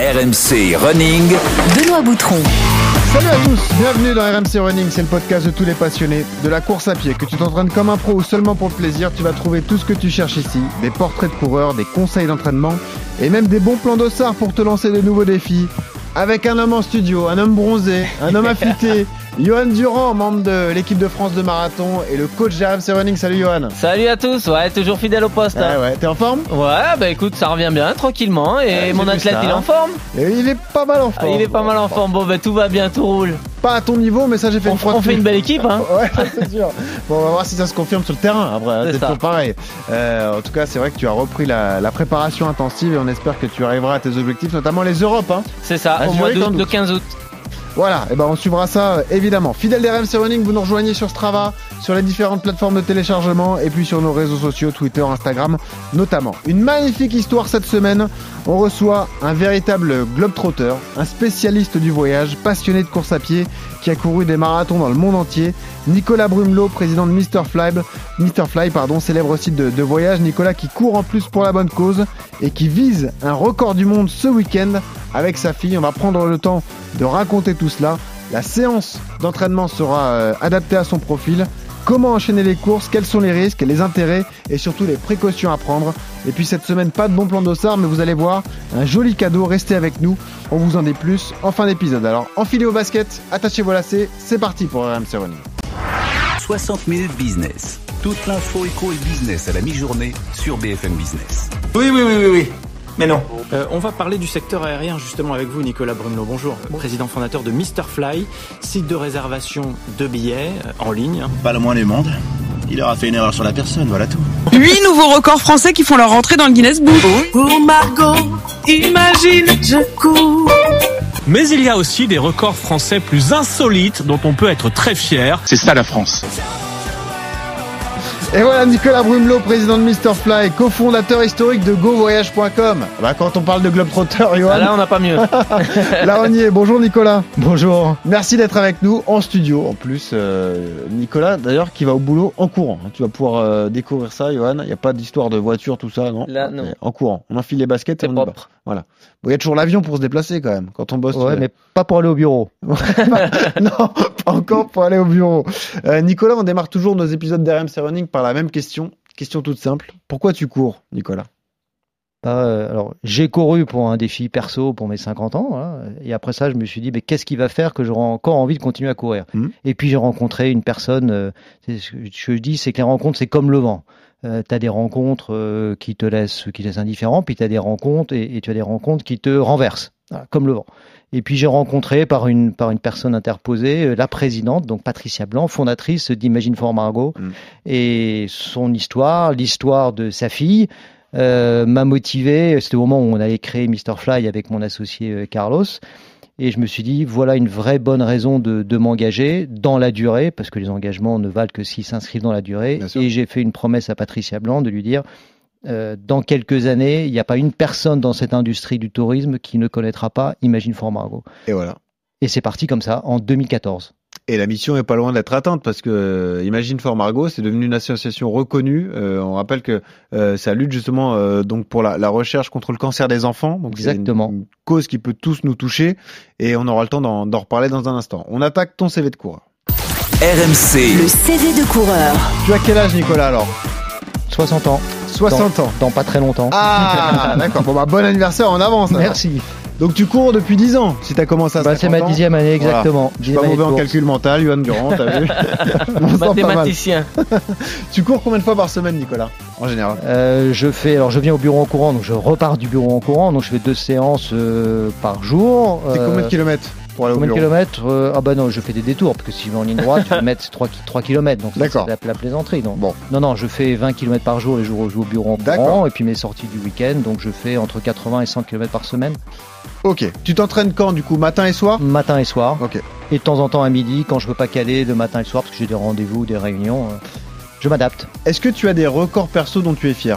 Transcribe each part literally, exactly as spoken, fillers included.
R M C Running, Benoît Boutron. Salut à tous, bienvenue dans R M C Running, c'est le podcast de tous les passionnés de la course à pied. Que tu t'entraînes comme un pro ou seulement pour le plaisir, tu vas trouver tout ce que tu cherches ici. Des portraits de coureurs, des conseils d'entraînement et même des bons plans d'ossard pour te lancer de nouveaux défis. Avec un homme en studio, un homme bronzé, un homme affûté, Johan Durand, membre de l'équipe de France de marathon et le coach de R M C Running. Salut Johan. Salut à tous, ouais, toujours fidèle au poste. Ouais, hein. ouais, t'es en forme? Ouais, bah écoute, ça revient bien, tranquillement, et ouais, mon athlète il est en forme. Et il est pas mal en forme. Ah, il est pas mal en forme, bon bah tout va bien, tout roule. Pas à ton niveau, mais ça j'ai fait On, une fois. on fait une belle équipe, hein. Ouais, c'est sûr. Bon, on va voir si ça se confirme sur le terrain. Après, C'est c'est ça. toujours pareil. Euh, en tout cas, c'est vrai que tu as repris la, la préparation intensive et on espère que tu arriveras à tes objectifs, notamment les Europes. Hein. C'est ça, À au mois Zurich, en d'août, août. de quinze août. Voilà, et ben on suivra ça euh, évidemment. Fidèle des R M C Running, vous nous rejoignez sur Strava, sur les différentes plateformes de téléchargement et puis sur nos réseaux sociaux, Twitter, Instagram notamment. Une magnifique histoire cette semaine. On reçoit un véritable globetrotter, un spécialiste du voyage, passionné de course à pied, qui a couru des marathons dans le monde entier. Nicolas Brumelot, président de mister Fly, mister Fly, pardon, célèbre site de, de voyage. Nicolas qui court en plus pour la bonne cause et qui vise un record du monde ce week-end avec sa fille. On va prendre le temps de raconter tout cela. La séance d'entraînement sera euh, adaptée à son profil. Comment enchaîner les courses, quels sont les risques, les intérêts et surtout les précautions à prendre. Et puis cette semaine, pas de bon plan d'ossard, mais vous allez voir, un joli cadeau, restez avec nous. On vous en dit plus en fin d'épisode. Alors enfilez au basket, attachez vos lacets, c'est parti pour R M C Running. soixante minutes business. Toute l'info éco et business à la mi-journée sur B F M Business. Oui, oui, oui, oui, oui. Mais non. Euh, on va parler du secteur aérien justement avec vous, Nicolas Brumelot. Bonjour, président fondateur de mister Fly, site de réservation de billets euh, en ligne. Pas le moins du monde. Il aura fait une erreur sur la personne, voilà tout. Huit nouveaux records français qui font leur entrée dans le Guinness Book. Pour Margot, imagine, je cours. Mais il y a aussi des records français plus insolites dont on peut être très fier. C'est ça la France. Et voilà Nicolas Brumelot, président de mister Fly, cofondateur historique de go voyage point com. Bah, quand on parle de globetrotter, Johan, Ah, là on n'a pas mieux. là on y est. Bonjour Nicolas. Bonjour. Merci d'être avec nous en studio. En plus, euh, Nicolas, d'ailleurs, qui va au boulot en courant. Tu vas pouvoir euh, découvrir ça, Johan. Il n'y a pas d'histoire de voiture, tout ça, non? Là, non. Mais en courant. On enfile les baskets et C'est on y va. propre. Voilà. Bon, il y a toujours l'avion pour se déplacer quand même. Quand on bosse. Ouais, euh, mais pas pour aller au bureau. non, pas encore pour aller au bureau. Euh, Nicolas, on démarre toujours nos épisodes d'R M C Running par la même question. Question toute simple. Pourquoi tu cours, Nicolas? Bah, euh, alors, j'ai couru pour un défi perso pour mes cinquante ans. Hein, et après ça, je me suis dit, mais qu'est-ce qui va faire que j'aurai encore envie de continuer à courir? Mmh. Et puis j'ai rencontré une personne. Euh, c'est ce que je dis, c'est que les rencontres, c'est comme le vent. Euh, tu as des rencontres euh, qui te laissent, qui te laissent indifférent, puis tu as des rencontres et, et tu as des rencontres qui te renversent, voilà, comme le vent. Et puis j'ai rencontré par une par une personne interposée euh, la présidente, donc Patricia Blanc, fondatrice d'Imagine for Margot, Mm. et son histoire, l'histoire de sa fille, euh, m'a motivé. C'était au moment où on allait créer mister Fly avec mon associé euh, Carlos. Et je me suis dit, voilà une vraie bonne raison de, de m'engager dans la durée, parce que les engagements ne valent que s'ils s'inscrivent dans la durée. Bien sûr. Et j'ai fait une promesse à Patricia Blanc de lui dire, euh, dans quelques années, il n'y a pas une personne dans cette industrie du tourisme qui ne connaîtra pas Imagine for Margot. Et voilà. Et c'est parti comme ça, en deux mille quatorze. Et la mission est pas loin d'être atteinte parce que euh, Imagine for Margot, c'est devenu une association reconnue. Euh, on rappelle que euh, ça lutte justement euh, donc pour la, la recherche contre le cancer des enfants. Donc Exactement. C'est une, une cause qui peut tous nous toucher et on aura le temps d'en, d'en reparler dans un instant. On attaque ton C V de coureur. R M C, Le C V de coureur. Tu as quel âge, Nicolas, alors? soixante ans. soixante dans, ans. Dans pas très longtemps. Ah, d'accord. Bon, bah, bon anniversaire en avance. alors. Merci. Donc, tu cours depuis dix ans, si tu as commencé à Bah, c'est ma cinquante ans. dixième année, Voilà. exactement. Je suis pas mauvais en calcul mental, Johan Durand, t'as vu? On sent pas mal. Mathématicien. Tu cours combien de fois par semaine, Nicolas, en général? Euh, je fais, alors je viens au bureau en courant, donc je repars du bureau en courant, donc je fais deux séances euh, par jour. C'est Euh, combien de kilomètres pour aller au Combien de bureau? kilomètres euh, Ah bah non, je fais des détours, parce que si je vais en ligne droite, je vais mettre trois kilomètres, donc ça, D'accord. c'est la, la plaisanterie. Donc. Bon. Non, non, je fais vingt kilomètres par jour les jours où je vais au bureau en D'accord. courant, et puis mes sorties du week-end, donc je fais entre quatre-vingts et cent kilomètres par semaine, Ok. Tu t'entraînes quand, du coup, matin et soir? matin et soir, Ok. et de temps en temps à midi, quand je peux pas caler le matin et le soir, parce que j'ai des rendez-vous, des réunions, euh, je m'adapte. Est-ce que tu as des records perso dont tu es fier?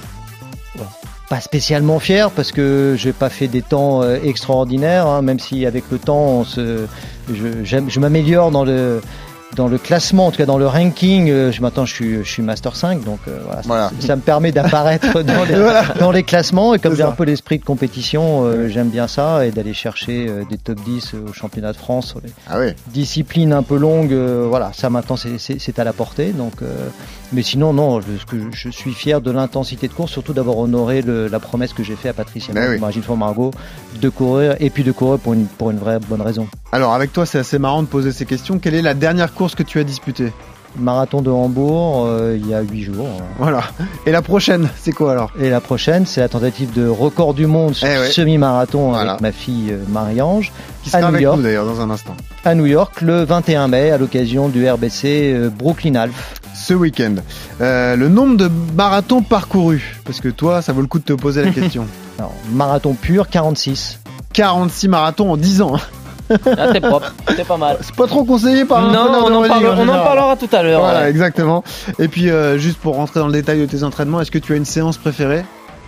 Pas spécialement fier parce que j'ai pas fait des temps euh, extraordinaires, hein, même si avec le temps on se, je, j'aime- je m'améliore dans le dans le classement, en tout cas dans le ranking, euh, je, maintenant je suis, je suis Master cinq, donc euh, voilà, Voilà. Ça, ça me permet d'apparaître dans les, Voilà. dans les classements. Et comme C'est j'ai ça. un peu l'esprit de compétition, euh, j'aime bien ça et d'aller chercher euh, des top dix au championnat de France sur les Ah oui. disciplines un peu longues. Euh, voilà, ça maintenant c'est, c'est, c'est à la portée. Donc, euh, mais sinon, non, je, ce que je, je suis fier de l'intensité de course, surtout d'avoir honoré le, la promesse que j'ai fait à Patricia Mais oui. Margine for Margot de courir et puis de courir pour une, pour une vraie bonne raison. Alors avec toi, c'est assez marrant de poser ces questions. Quelle est la dernière course que tu as disputée ? Marathon de Hambourg, euh, il y a huit jours. Hein. Voilà. Et la prochaine, c'est quoi alors ? Et la prochaine, c'est la tentative de record du monde sur Eh ouais. semi-marathon Voilà. avec ma fille euh, Marie-Ange Qui à sera New avec York. nous d'ailleurs dans un instant. à New York le vingt et un mai à l'occasion du R B C euh, Brooklyn Half. Ce week-end. Euh, le nombre de marathons parcourus, parce que toi, ça vaut le coup de te poser la question. Alors, marathon pur, quarante-six. quarante-six marathons en dix ans. Ah, t'es propre, t'es pas mal. C'est pas trop conseillé par un Non, connard on de en, running, parle- on en général. parlera tout à l'heure. Voilà, ouais. exactement. Et puis, euh, juste pour rentrer dans le détail de tes entraînements, est-ce que tu as une séance préférée ?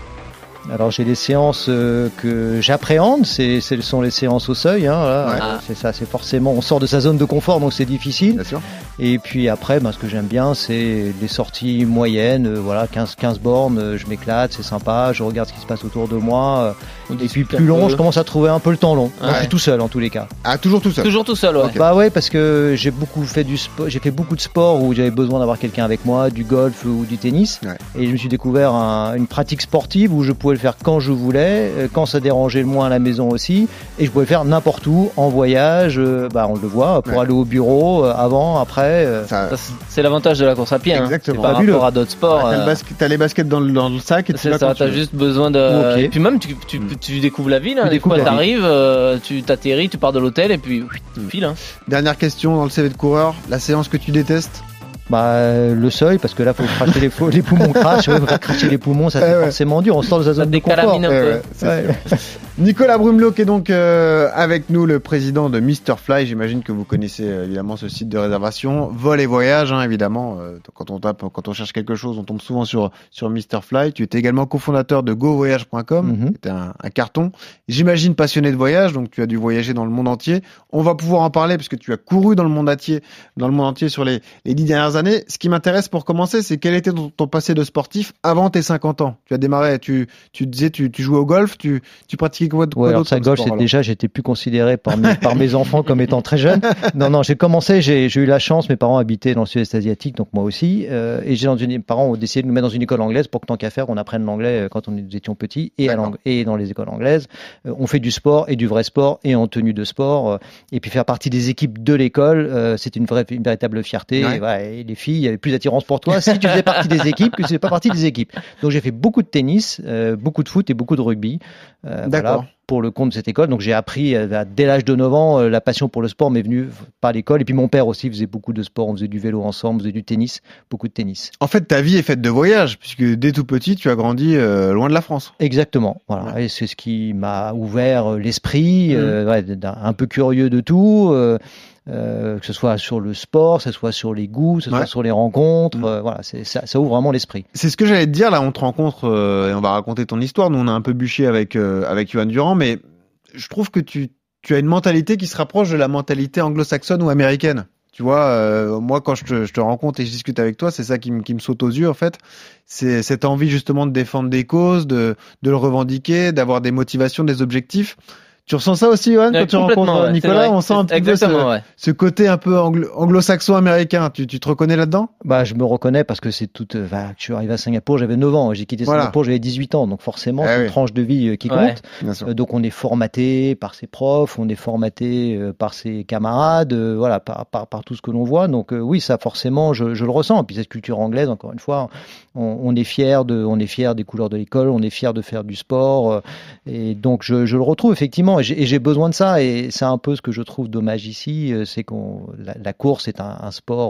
Alors j'ai des séances euh, que j'appréhende, c'est, ce sont les séances au seuil, hein, voilà. Ouais. Euh, c'est ça, c'est forcément, on sort de sa zone de confort donc c'est difficile. Bien sûr. Et puis après, ben, ce que j'aime bien, c'est les sorties moyennes, euh, voilà, quinze, quinze bornes, euh, je m'éclate, c'est sympa, je regarde ce qui se passe autour de moi. euh, On et puis discute plus un long, peu. je commence à trouver un peu le temps long. Moi, Ouais. je suis tout seul en tous les cas. Ah, toujours tout seul. Toujours tout seul, ouais. Ok. Bah ouais, parce que j'ai beaucoup fait du sport, j'ai fait beaucoup de sport où j'avais besoin d'avoir quelqu'un avec moi, du golf ou du tennis. Ouais. Et je me suis découvert un- une pratique sportive où je pouvais le faire quand je voulais, euh, quand ça dérangeait le moins à la maison aussi, et je pouvais le faire n'importe où, en voyage, euh, bah on le voit, pour Ouais. aller au bureau, euh, avant, après. euh, Ça- Ça, c'est- C'est l'avantage de la course à pied. Hein. Exactement. C'est par Fabuleux. rapport à d'autres sports. T'as, le euh, basket- t'as les baskets dans le, dans le sac et tu C'est vas ça, quand tu t'as veux. juste besoin de. Ok. Et puis même, tu, tu, Mm. tu découvres la ville. Hein. Tu Des découvres fois, la ville. t'arrives, euh, tu t'atterris, tu pars de l'hôtel et puis tu Mm. files. Hein. Dernière question dans le C V de coureur, la séance que tu détestes ? Bah, euh, le seuil, parce que là, faut cracher les, faux- les poumons crachent, ouais, faut cracher les poumons, ça Eh c'est ouais. forcément dur, on sort de sa Ça zone te de confort. décalamine un Eh peu. ouais, c'est Ouais. sûr. Nicolas Brumelot qui est donc euh, avec nous, le président de mister Fly. J'imagine que vous connaissez euh, évidemment ce site de réservation. Vol et voyage, hein, évidemment. Euh, quand on tape, quand on cherche quelque chose, on tombe souvent sur sur mister Fly. Tu étais également cofondateur de go voyage point com, Mhm. qui était un, un carton. J'imagine passionné de voyage, donc tu as dû voyager dans le monde entier. On va pouvoir en parler puisque tu as couru dans le monde entier, dans le monde entier sur les les dix dernières années. Ce qui m'intéresse pour commencer, c'est quel était ton, ton passé de sportif avant tes cinquante ans. Tu as démarré, tu tu disais, tu, tu jouais au golf, tu tu pratiquais quoi, quoi Ouais, alors d'autre ça comme golf, sport, c'est alors déjà, j'étais plus considéré par mes, par mes enfants comme étant très jeune. Non, non, j'ai commencé, j'ai, j'ai eu la chance, mes parents habitaient dans le sud-est asiatique, donc moi aussi, euh, et j'ai dans une, mes parents ont décidé de nous mettre dans une école anglaise pour que tant qu'à faire, on apprenne l'anglais euh, quand on, nous étions petits, et, à D'accord. l'ang- et dans les écoles anglaises, euh, on fait du sport et du vrai sport et en tenue de sport, euh, et puis faire partie des équipes de l'école, euh, c'est une vraie, une véritable fierté. Ouais. Et, voilà, et les filles, il y avait plus d'attirance pour toi si tu faisais partie des équipes que si tu faisais pas partie des équipes. Donc j'ai fait beaucoup de tennis, euh, beaucoup de foot et beaucoup de rugby. Euh, D'accord. voilà, pour le compte de cette école. Donc j'ai appris euh, dès l'âge de neuf ans, euh, la passion pour le sport m'est venue par l'école. Et puis mon père aussi faisait beaucoup de sport. On faisait du vélo ensemble, on faisait du tennis, beaucoup de tennis. En fait, ta vie est faite de voyages, puisque dès tout petit, tu as grandi euh, loin de la France. Exactement. Voilà. Et c'est ce qui m'a ouvert euh, l'esprit, Mmh. euh, ouais, d'un- un peu curieux de tout. Euh, euh, que ce soit sur le sport, que ce soit sur les goûts, que ce Ouais. soit sur les rencontres, Mmh. euh, voilà, c'est, ça, ça ouvre vraiment l'esprit. C'est ce que j'allais te dire, là, on te rencontre euh, et on va raconter ton histoire. Nous, on a un peu bûché avec, euh, avec Johan Durand, mais je trouve que tu, tu as une mentalité qui se rapproche de la mentalité anglo-saxonne ou américaine. Tu vois, euh, moi, quand je te, je te rencontre et je discute avec toi, c'est ça qui, me- qui me saute aux yeux, en fait. C'est cette envie, justement, de défendre des causes, de, de le revendiquer, d'avoir des motivations, des objectifs. Tu ressens ça aussi, Johan, Ouais, quand tu complètement, rencontres ouais, Nicolas? c'est vrai. On sent un petit peu Exactement, ce, ouais. ce côté un peu anglo- anglo-saxon américain. Tu, tu te reconnais là-dedans? Bah, je me reconnais parce que c'est toute. Euh, bah, je suis arrivé à Singapour, j'avais neuf ans. J'ai quitté Voilà. Singapour, j'avais dix-huit ans. Donc forcément, Ah c'est oui. une tranche de vie euh, qui Ouais. compte. Bien sûr. Euh, donc on est formaté par ses profs, on est formaté euh, par ses camarades, euh, voilà, par, par, par tout ce que l'on voit. Donc euh, oui, ça forcément, je, je le ressens. Et puis cette culture anglaise, encore une fois, on, on est fier de, on est fier des couleurs de l'école, on est fier de faire du sport. euh, et donc je, je le retrouve effectivement. Et j'ai, et j'ai besoin de ça. Et c'est un peu ce que je trouve dommage ici, euh, c'est qu'on la, la course est un, un sport euh,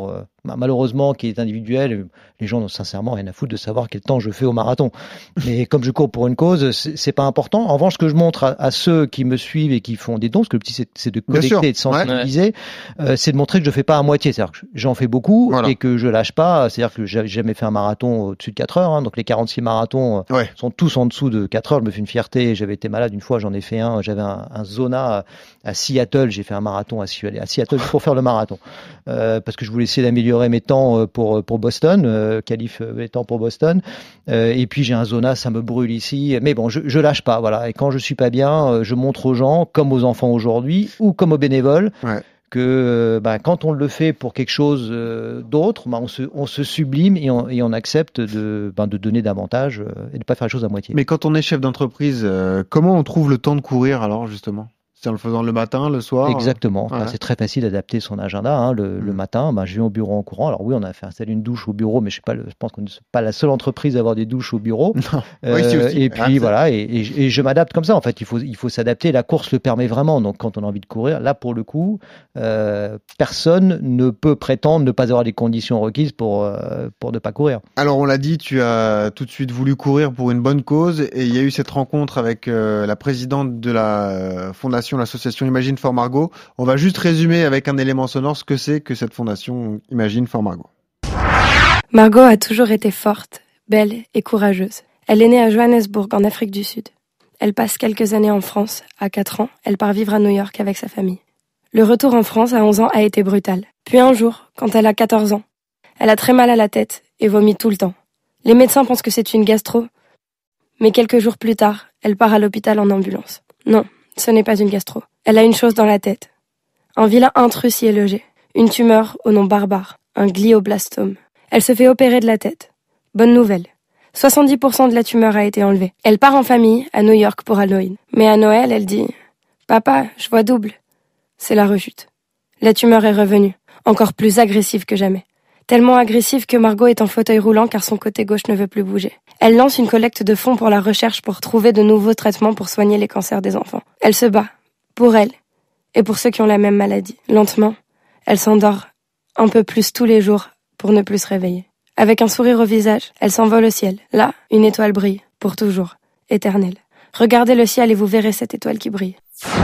bah, malheureusement, qui est individuel. Les gens n'ont sincèrement rien à foutre de savoir quel temps je fais au marathon. Mais comme je cours pour une cause, c'est, c'est pas important. En revanche, ce que je montre à, à ceux qui me suivent et qui font des dons, parce que le petit, c'est, c'est de collecter et de sensibiliser, ouais. euh, c'est de montrer que je fais pas à moitié. C'est-à-dire que j'en fais beaucoup voilà. et que je lâche pas. C'est-à-dire que j'ai jamais fait un marathon au-dessus de quatre heures. Hein, donc les quarante-six marathons ouais. sont tous en dessous de quatre heures. Je me fais une fierté. J'avais été malade une fois, j'en ai fait un. J'avais un, un Zona à Seattle. J'ai fait un marathon à Seattle pour faire le marathon. Euh, parce que je voulais essayer d'améliorer mes temps pour, pour Boston, euh, qualif mes temps pour Boston. Euh, et puis j'ai un Zona, ça me brûle ici. Mais bon, je, je lâche pas, voilà. Et quand je suis pas bien, je montre aux gens, comme aux enfants aujourd'hui, ou comme aux bénévoles, ouais. que bah, quand on le fait pour quelque chose euh, d'autre, bah, on, se, on se sublime et on, et on accepte de, bah, de donner davantage euh, et de pas faire les choses à moitié. Mais quand on est chef d'entreprise, euh, comment on trouve le temps de courir alors justement ? C'est en le faisant le matin, le soir. Exactement. Ouais. Enfin, c'est très facile d'adapter son agenda. Hein. Le, mmh. le matin, ben, je viens au bureau en courant. Alors oui, on a fait installer une douche au bureau, mais je, suis pas le, je pense qu'on n'est pas la seule entreprise à avoir des douches au bureau. Euh, oui, aussi. Et puis ah, voilà, et, et, et je m'adapte comme ça. En fait, il faut, il faut s'adapter. La course le permet vraiment. Donc quand on a envie de courir, là pour le coup, euh, personne ne peut prétendre ne pas avoir les conditions requises pour euh, pour ne pas courir. Alors on l'a dit, tu as tout de suite voulu courir pour une bonne cause, et il y a eu cette rencontre avec euh, la présidente de la fondation, l'association Imagine for Margot. On va juste résumer avec un élément sonore ce que c'est que cette fondation Imagine for Margot. Margot a toujours été forte, belle et courageuse. Elle est née à Johannesburg, en Afrique du Sud. Elle passe quelques années en France. À quatre ans, elle part vivre à New York avec sa famille. Le retour en France à onze ans a été brutal. Puis un jour, quand elle a quatorze ans, elle a très mal à la tête et vomit tout le temps. Les médecins pensent que c'est une gastro, mais quelques jours plus tard, elle part à l'hôpital en ambulance. Non, ce n'est pas une gastro. Elle a une chose dans la tête. Un vilain intrus y est logé. Une tumeur au nom barbare. Un glioblastome. Elle se fait opérer de la tête. Bonne nouvelle. soixante-dix pour cent de la tumeur a été enlevée. Elle part en famille à New York pour Halloween. Mais à Noël, elle dit « Papa, je vois double ». C'est la rechute. La tumeur est revenue. Encore plus agressive que jamais. Tellement agressive que Margot est en fauteuil roulant car son côté gauche ne veut plus bouger. Elle lance une collecte de fonds pour la recherche pour trouver de nouveaux traitements pour soigner les cancers des enfants. Elle se bat. Pour elle, et pour ceux qui ont la même maladie. Lentement, elle s'endort un peu plus tous les jours pour ne plus se réveiller. Avec un sourire au visage, elle s'envole au ciel. Là, une étoile brille, pour toujours, éternelle. Regardez le ciel et vous verrez cette étoile qui brille.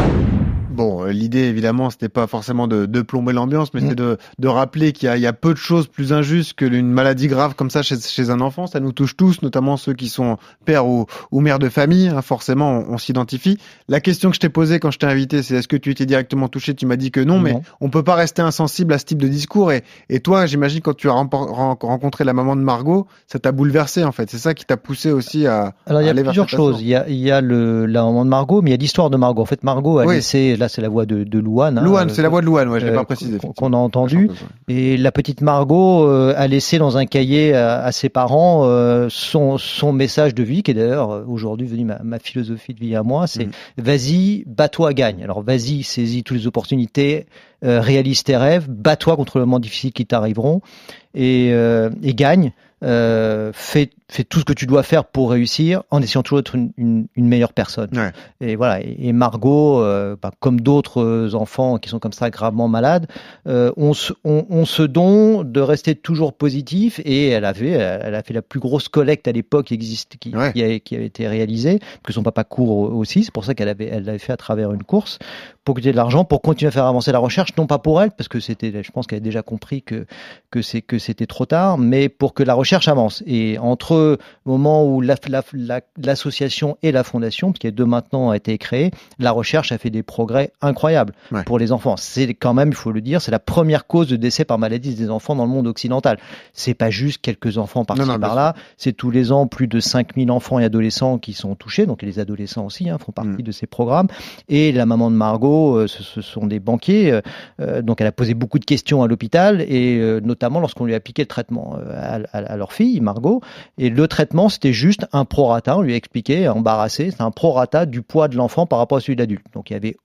Bon, l'idée, évidemment, c'était pas forcément de, de plomber l'ambiance, mais mmh. c'est de, de rappeler qu'il y a, il y a peu de choses plus injustes que une maladie grave comme ça chez, chez un enfant. Ça nous touche tous, notamment ceux qui sont pères ou, ou mères de famille. Hein, forcément, on, on s'identifie. La question que je t'ai posée quand je t'ai invité, c'est est-ce que tu étais directement touché ? Tu m'as dit que non, non, mais on peut pas rester insensible à ce type de discours. Et, et toi, j'imagine, quand tu as rencontré la maman de Margot, ça t'a bouleversé, en fait. C'est ça qui t'a poussé aussi à. Alors, il y a aller plusieurs choses. Il y a, il y a le, la maman de Margot, mais il y a l'histoire de Margot. En fait, Margot a oui. laissé, là, c'est la voix de, de Louane. Hein, Louane, c'est la voix de Louane, ouais, je l'ai euh, pas précisé. Qu'on a entendu. Et la petite Margot euh, a laissé dans un cahier à, à ses parents euh, son, son message de vie, qui est d'ailleurs aujourd'hui devenu ma, ma philosophie de vie à moi, c'est mmh. vas-y, bats-toi, gagne. Alors vas-y, saisis toutes les opportunités, euh, réalise tes rêves, bats-toi contre les moments difficiles qui t'arriveront et, euh, et gagne. Euh, fais, fais tout ce que tu dois faire pour réussir en essayant toujours d'être une, une, une meilleure personne. Ouais. Et voilà. Et, et Margot, euh, bah, comme d'autres enfants qui sont comme ça gravement malades, euh, ont ce on, on se don de rester toujours positif. Et elle avait, elle a fait la plus grosse collecte à l'époque qui existe, qui, ouais. qui, a, qui avait été réalisée, parce que son papa court aussi. C'est pour ça qu'elle avait, elle l'avait fait à travers une course pour coûter de l'argent, pour continuer à faire avancer la recherche, non pas pour elle, parce que c'était, je pense qu'elle a déjà compris que que c'est que c'était trop tard, mais pour que la recherche avance. Et entre le moment où la, la, la, l'association et la fondation, qui est deux maintenant, a été créée, la recherche a fait des progrès incroyables ouais. pour les enfants. C'est quand même, il faut le dire, c'est la première cause de décès par maladie des enfants dans le monde occidental. C'est pas juste quelques enfants par-ci par-là, c'est tous les ans plus de cinq mille enfants et adolescents qui sont touchés, donc les adolescents aussi hein, font partie mmh. de ces programmes. Et la maman de Margot, euh, ce, ce sont des banquiers, euh, donc elle a posé beaucoup de questions à l'hôpital, et euh, notamment lorsqu'on lui a appliqué le traitement euh, à, à, à leur fille, Margot, et le traitement c'était juste un prorata, on lui a expliqué, embarrassé, c'est un prorata du poids de l'enfant par rapport à celui de l'adulte. Donc il y avait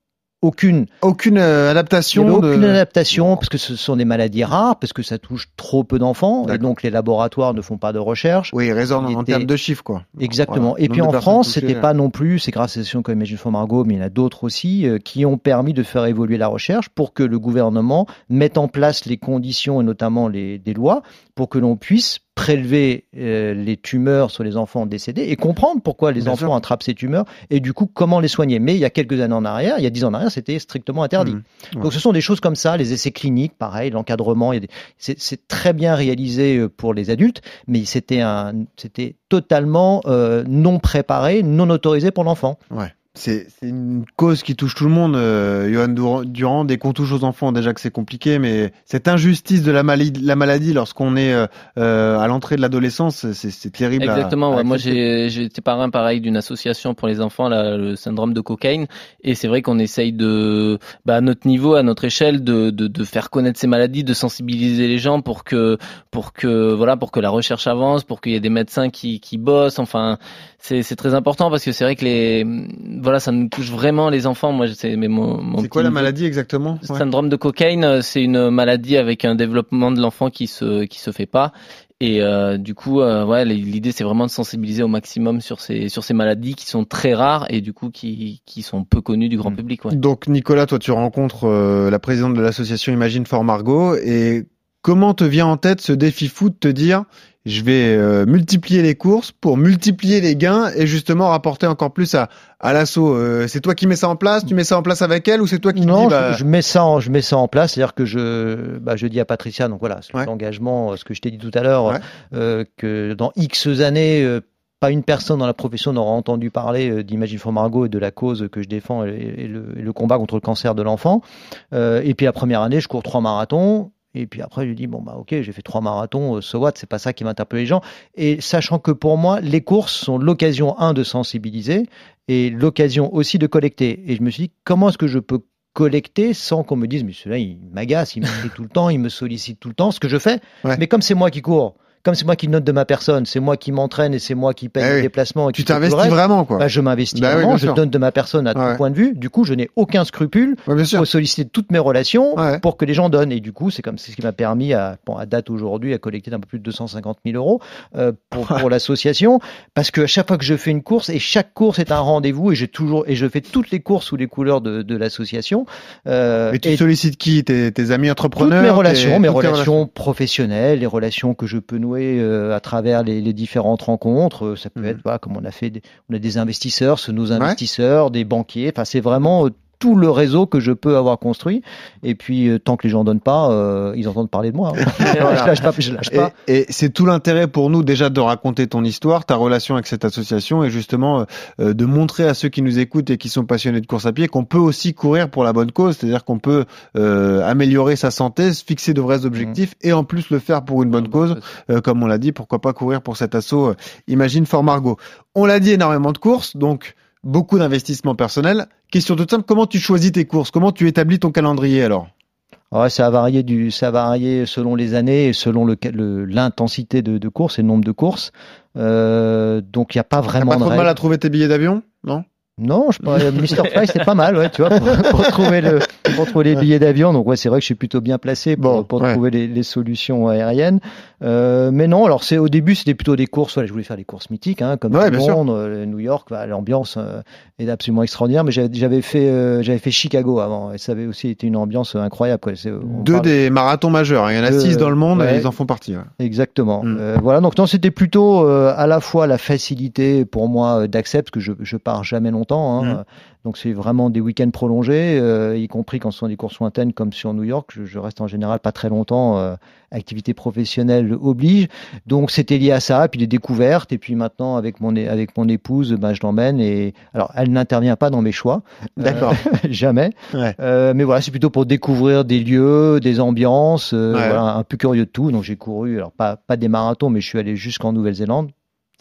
aucune aucune euh, adaptation. Il n'y avait aucune de... adaptation bon. parce que ce sont des maladies rares, parce que ça touche trop peu d'enfants D'accord. et donc les laboratoires ne font pas de recherche. Oui, raisonnent en était... termes de chiffres quoi. Exactement. Voilà. Et puis en France, touchées, c'était pas non plus, c'est grâce à l'association comme Imagine for Margot, mais il y en a d'autres aussi euh, qui ont permis de faire évoluer la recherche pour que le gouvernement mette en place les conditions et notamment les des lois pour que l'on puisse prélever euh, les tumeurs sur les enfants décédés et comprendre pourquoi les Bien enfants sûr. attrapent ces tumeurs et du coup comment les soigner. Mais il y a quelques années en arrière, il y a dix ans en arrière, c'était strictement interdit. Mmh. Ouais. Donc ce sont des choses comme ça, les essais cliniques, pareil, l'encadrement, il y a des... c'est, c'est très bien réalisé pour les adultes, mais c'était un, c'était totalement euh, non préparé, non autorisé pour l'enfant. Ouais. C'est, c'est une cause qui touche tout le monde, euh, Johan Durand. Dès qu'on touche aux enfants, déjà que c'est compliqué, mais cette injustice de la maladie, la maladie lorsqu'on est euh, à l'entrée de l'adolescence, c'est, c'est terrible. Exactement. À, à ouais. Moi, j'ai, j'ai été parrain pareil d'une association pour les enfants, là, le syndrome de Cockayne, et c'est vrai qu'on essaye de, bah, à notre niveau, à notre échelle, de, de, de faire connaître ces maladies, de sensibiliser les gens pour que, pour que, voilà, pour que la recherche avance, pour qu'il y ait des médecins qui, qui bossent. Enfin, c'est, c'est très important parce que c'est vrai que les voilà, ça nous touche vraiment les enfants. Moi, c'est mais mon, mon C'est quoi la maladie exactement? Le syndrome de Cockayne, c'est une maladie avec un développement de l'enfant qui se qui se fait pas. Et euh, du coup, euh, ouais, l'idée c'est vraiment de sensibiliser au maximum sur ces sur ces maladies qui sont très rares et du coup qui qui sont peu connues du grand mmh. public. Ouais. Donc Nicolas, toi, tu rencontres euh, la présidente de l'association Imagine for Margot et comment te vient en tête ce défi fou de te dire je vais euh, multiplier les courses pour multiplier les gains et justement rapporter encore plus à, à l'assaut. Euh, c'est toi qui mets ça en place, tu mets ça en place avec elle ou c'est toi qui non, dis bah... je, je mets ça en, je mets ça en place, c'est-à-dire que je bah je dis à Patricia, donc voilà, ouais. l'engagement, ce que je t'ai dit tout à l'heure, ouais. euh, que dans X années euh, pas une personne dans la profession n'aura entendu parler d'Imagine for Margot et de la cause que je défends et, et, le, et le combat contre le cancer de l'enfant. Euh, et puis la première année, je cours trois marathons. Et puis après, je dis, bon, bah, ok, j'ai fait trois marathons, so what, c'est pas ça qui m'interpelle les gens. Et sachant que pour moi, les courses sont l'occasion, un, de sensibiliser et l'occasion aussi de collecter. Et je me suis dit, comment est-ce que je peux collecter sans qu'on me dise, mais celui-là, il m'agace, il m'écrit tout le temps, il me sollicite tout le temps, ce que je fais. Ouais. Mais comme c'est moi qui cours, comme c'est moi qui note de ma personne, c'est moi qui m'entraîne et c'est moi qui paye eh les oui. déplacements. Et tu t'investis reste, vraiment, quoi. Bah, je m'investis bah vraiment, oui, je sûr. donne de ma personne à ouais. tout point de vue. Du coup, je n'ai aucun scrupule ouais, pour solliciter toutes mes relations ouais. pour que les gens donnent. Et du coup, c'est comme c'est ce qui m'a permis à, bon, à date aujourd'hui, à collecter un peu plus de deux cent cinquante mille euros euh, pour, pour l'association. Parce que à chaque fois que je fais une course, et chaque course est un rendez-vous, et j'ai toujours et je fais toutes les courses sous les couleurs de, de l'association. Euh, et tu et sollicites qui, tes, tes amis entrepreneurs? Toutes mes relations, tes, mes relations, relations professionnelles, les relations que je peux nouer euh, à travers travers les, les différentes rencontres, ça peut mmh. être voilà, comme on a fait, des, on a des investisseurs, ce nos investisseurs, ouais. des banquiers. Enfin, c'est vraiment euh, tout le réseau que je peux avoir construit. Et puis, euh, tant que les gens donnent pas, euh, ils entendent parler de moi. Hein. Voilà. je lâche pas, je lâche pas. Et, et c'est tout l'intérêt pour nous déjà de raconter ton histoire, ta relation avec cette association, et justement euh, de montrer à ceux qui nous écoutent et qui sont passionnés de course à pied qu'on peut aussi courir pour la bonne cause, c'est-à-dire qu'on peut euh, améliorer sa santé, se fixer de vrais objectifs mmh. et en plus le faire pour une bonne cause, euh, comme on l'a dit. Pourquoi pas courir pour cet assaut euh, Imagine for Margot. On l'a dit, énormément de courses, donc beaucoup d'investissements personnels. Question toute simple, comment tu choisis tes courses? Comment tu établis ton calendrier alors? Ouais, ça a varié du, ça a varié selon les années et selon le, le l'intensité de, de course et le nombre de courses. Euh, donc il y a pas vraiment. T'as pas de trop de mal à trouver tes billets d'avion, non? Non, je pense mister Fly c'est pas mal, ouais, tu vois, pour, pour trouver le, pour trouver les billets d'avion. Donc ouais, c'est vrai que je suis plutôt bien placé pour, bon, pour ouais. trouver les, les solutions aériennes. Euh, mais non, alors c'est au début c'était plutôt des courses. Voilà, je voulais faire des courses mythiques, hein, comme ouais, tout le monde. Euh, New York, bah, l'ambiance euh, est absolument extraordinaire. Mais j'avais, j'avais fait, euh, j'avais fait Chicago avant, et ça avait aussi été une ambiance incroyable. Quoi. C'est, Deux parle... des marathons majeurs. Il y en a Deux, six dans le monde ouais, et ils en font partie. Ouais. Exactement. Mm. Euh, voilà. Donc non, c'était plutôt euh, à la fois la facilité pour moi d'accès, parce que je, je pars jamais longtemps. Hein, mm. Donc c'est vraiment des week-ends prolongés, euh, y compris quand ce sont des courses lointaines comme sur New York. Je, je reste en général pas très longtemps. Euh, activité professionnelle oblige. Donc c'était lié à ça, puis des découvertes. Et puis maintenant avec mon avec mon épouse, ben je l'emmène. Et alors elle n'intervient pas dans mes choix. D'accord. Euh, jamais. Ouais. Euh, mais voilà, c'est plutôt pour découvrir des lieux, des ambiances. Euh, ouais. Voilà, un peu curieux de tout. Donc j'ai couru, alors pas pas des marathons, mais je suis allé jusqu'en Nouvelle-Zélande. Certes,